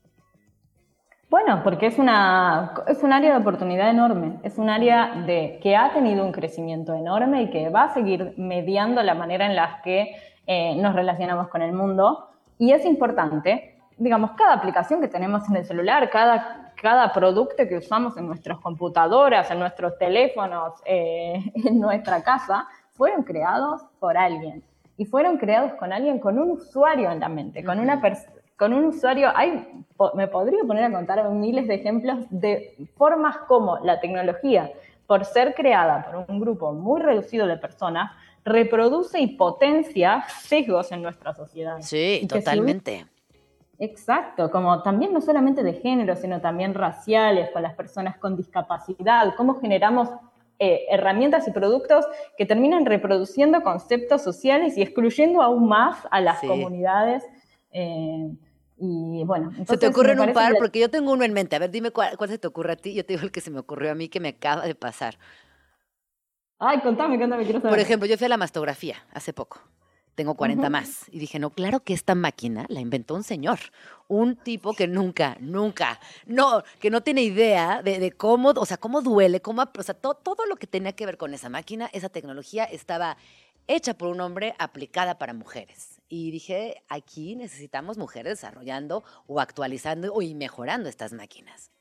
Bueno, porque es, una, es un área de oportunidad enorme, es un área de, que ha tenido un crecimiento enorme y que va a seguir mediando la manera en la que eh, nos relacionamos con el mundo. Y es importante, digamos, cada aplicación que tenemos en el celular, cada, cada producto que usamos en nuestras computadoras, en nuestros teléfonos, eh, en nuestra casa, fueron creados por alguien. Y fueron creados con alguien, con un usuario en la mente, con una persona. Con un usuario, hay, me podría poner a contar miles de ejemplos de formas como la tecnología, por ser creada por un grupo muy reducido de personas, reproduce y potencia sesgos en nuestra sociedad. Sí, totalmente. Si, exacto, como también no solamente de género, sino también raciales, con las personas con discapacidad, cómo generamos eh, herramientas y productos que terminan reproduciendo conceptos sociales y excluyendo aún más a las sí. comunidades. Eh, Y bueno, entonces se te ocurren un par, la... porque yo tengo uno en mente. A ver, dime cuál, cuál se te ocurre a ti. Yo te digo el que se me ocurrió a mí, que me acaba de pasar. Ay, contame, contame, quiero saber. Por ejemplo, yo fui a la mastografía hace poco. Tengo cuarenta Ujú. más. Y dije, no, claro que esta máquina la inventó un señor. Un tipo que nunca, nunca, no, que no tiene idea de, de cómo, o sea, cómo duele, cómo, o sea, to- todo lo que tenía que ver con esa máquina, esa tecnología estaba hecha por un hombre, aplicada para mujeres. Y dije, aquí necesitamos mujeres desarrollando o actualizando o y mejorando estas máquinas.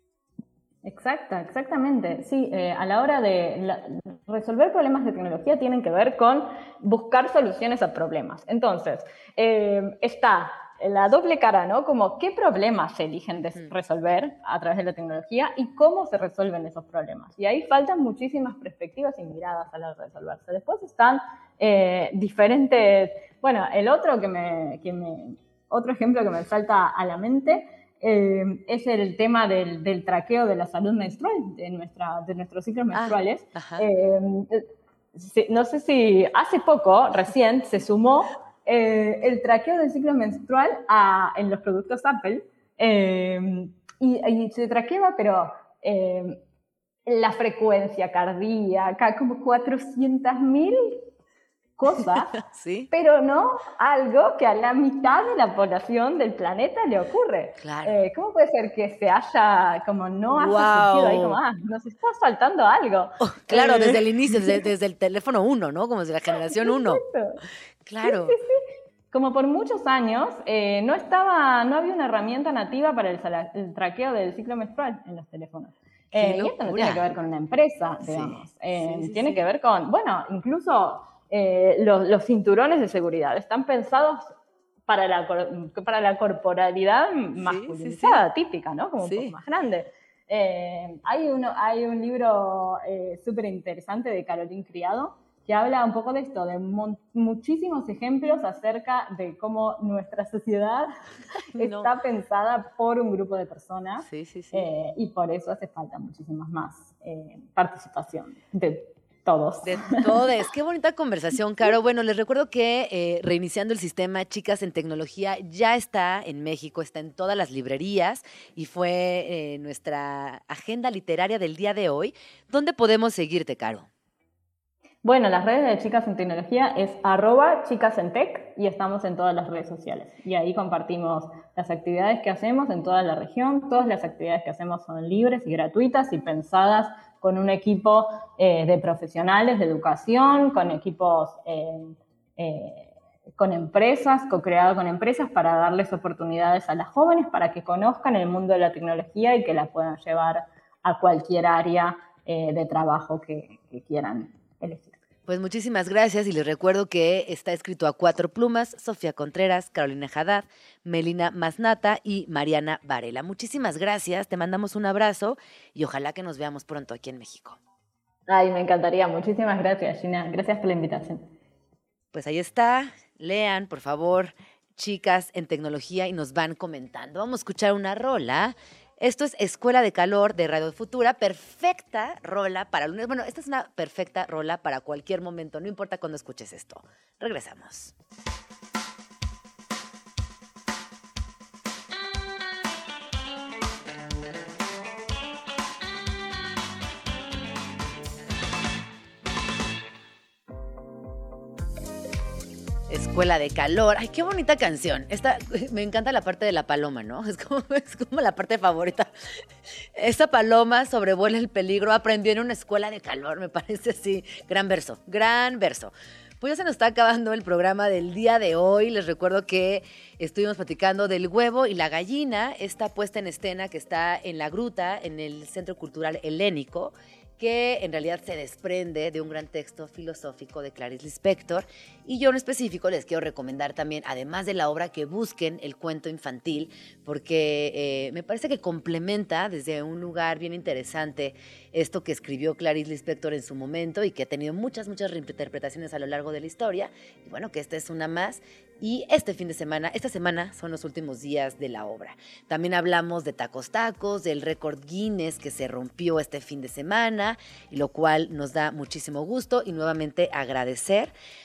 Exacta, exactamente. Sí, eh, a la hora de la- resolver problemas de tecnología tienen que ver con buscar soluciones a problemas. Entonces, eh, está la doble cara, ¿no? Como qué problemas se eligen de Mm. resolver a través de la tecnología y cómo se resuelven esos problemas. Y ahí faltan muchísimas perspectivas y miradas a la hora de resolverse. Después están eh, diferentes... Bueno, el otro que me, que me... Otro ejemplo que me salta a la mente... Eh, es el tema del, del traqueo de la salud menstrual, de, nuestra, de nuestros ciclos menstruales. ajá. Eh, sí, no sé si hace poco, recién, se sumó eh, el traqueo del ciclo menstrual a, en los productos Apple. Eh, y, y se traqueaba, pero eh, la frecuencia cardíaca, como cuatrocientas mil cosas, ¿Sí? pero no algo que a la mitad de la población del planeta le ocurre. Claro. Eh, ¿Cómo puede ser que se haya, como no haya Wow. surgido ahí, como, ah, nos está faltando algo? Oh, claro, Eh, desde el inicio, desde, desde el teléfono uno, ¿no? Como desde la generación uno. Exacto. Claro. Sí, sí, sí. Como por muchos años eh, no estaba, no había una herramienta nativa para el, sala- el traqueo del ciclo menstrual en los teléfonos. ¡Qué Eh, y esto no locura! tiene que ver con una empresa, Sí, digamos. Eh, sí, sí, tiene sí. que ver con, bueno, incluso eh, los, los cinturones de seguridad están pensados para la, cor- para la corporalidad masculinizada, típica, ¿no? Como Sí. un poco más grande. Eh, hay, uno, hay un libro eh, súper interesante de Caroline Criado que habla un poco de esto, de mon- muchísimos ejemplos acerca de cómo nuestra sociedad No. está pensada por un grupo de personas Sí, sí, sí. eh, y por eso hace falta muchísimas más eh, participación de todos. De todes. Qué bonita conversación, Caro. Bueno, les recuerdo que eh, Reiniciando el Sistema Chicas en Tecnología ya está en México, está en todas las librerías y fue eh, nuestra agenda literaria del día de hoy. ¿Dónde podemos seguirte, Caro? Bueno, las redes de Chicas en Tecnología es arroba chicasentec y estamos en todas las redes sociales. Y ahí compartimos las actividades que hacemos en toda la región. Todas las actividades que hacemos son libres y gratuitas y pensadas con un equipo eh, de profesionales de educación, con equipos, eh, eh, con empresas, co-creado con empresas para darles oportunidades a las jóvenes para que conozcan el mundo de la tecnología y que la puedan llevar a cualquier área eh, de trabajo que, que quieran elegir. Pues muchísimas gracias y les recuerdo que está escrito a cuatro plumas, Sofía Contreras, Carolina Haddad, Melina Masnata y Mariana Varela. Muchísimas gracias, te mandamos un abrazo y ojalá que nos veamos pronto aquí en México. Ay, me encantaría. Muchísimas gracias, Gina. Gracias por la invitación. Pues ahí está, lean, por favor, Chicas en Tecnología y nos van comentando. Vamos a escuchar una rola. Esto es Escuela de Calor de Radio Futura, perfecta rola para lunes. Bueno, esta es una perfecta rola para cualquier momento, no importa cuándo escuches esto. Regresamos. Escuela de Calor. Ay, qué bonita canción. Esta, me encanta la parte de la paloma, ¿no? Es como, es como la parte favorita. Esa paloma sobrevuela el peligro, aprendió en una escuela de calor, me parece así. Gran verso, gran verso. Pues ya se nos está acabando el programa del día de hoy. Les recuerdo que estuvimos platicando del huevo y la gallina, esta puesta en escena que está en La Gruta, en el Centro Cultural Helénico, que en realidad se desprende de un gran texto filosófico de Clarice Lispector. Y yo en específico les quiero recomendar también, además de la obra, que busquen el cuento infantil, porque eh, me parece que complementa desde un lugar bien interesante esto que escribió Clarice Lispector en su momento y que ha tenido muchas, muchas reinterpretaciones a lo largo de la historia. Y bueno, que esta es una más. Y este fin de semana, esta semana son los últimos días de la obra. También hablamos de Tacos Tacos, del récord Guinness que se rompió este fin de semana, y lo cual nos da muchísimo gusto y nuevamente agradecer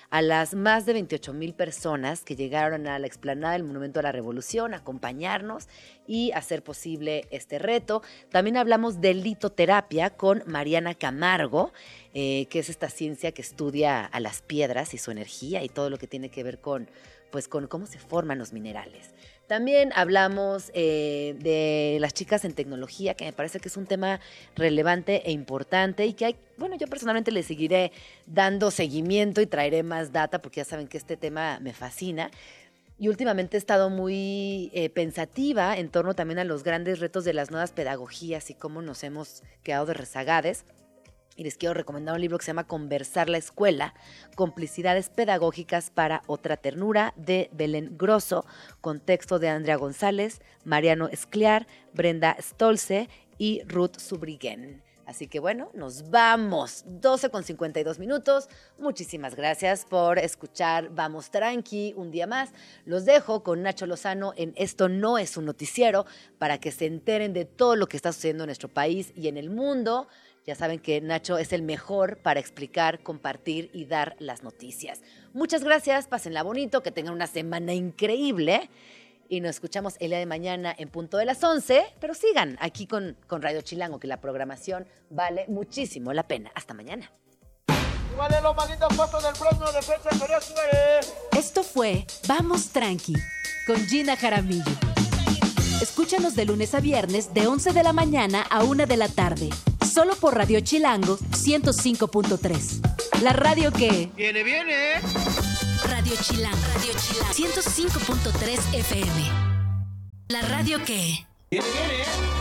a las más de veintiocho mil personas que llegaron a la explanada del Monumento a la Revolución a acompañarnos y hacer posible este reto. También hablamos de litoterapia con Mariana Camargo, eh, que es esta ciencia que estudia a las piedras y su energía y todo lo que tiene que ver con, pues, con cómo se forman los minerales. También hablamos eh, de las chicas en tecnología, que me parece que es un tema relevante e importante y que hay, bueno, yo personalmente le seguiré dando seguimiento y traeré más data porque ya saben que este tema me fascina. Y últimamente he estado muy eh, pensativa en torno también a los grandes retos de las nuevas pedagogías y cómo nos hemos quedado de rezagades. Y les quiero recomendar un libro que se llama Conversar la Escuela, Complicidades Pedagógicas para Otra Ternura, de Belén Grosso, con texto de Andrea González, Mariano Escliar, Brenda Stolze y Ruth Subriguen. Así que bueno, nos vamos. doce con cincuenta y dos minutos. Muchísimas gracias por escuchar Vamos Tranqui un día más. Los dejo con Nacho Lozano en Esto No Es un Noticiero para que se enteren de todo lo que está sucediendo en nuestro país y en el mundo. Ya saben que Nacho es el mejor para explicar, compartir y dar las noticias. Muchas gracias, pásenla bonito, que tengan una semana increíble. Y nos escuchamos el día de mañana en punto de las once. Pero sigan aquí con, con Radio Chilango, que la programación vale muchísimo la pena. Hasta mañana. Esto fue Vamos Tranqui con Gina Jaramillo. Escúchanos de lunes a viernes de once de la mañana a una de la tarde. Solo por Radio Chilango ciento cinco punto tres. La radio que... ¡Viene, viene! Radio Chilango. Radio Chilango. ciento cinco punto tres F M. La radio que... ¡Viene, viene!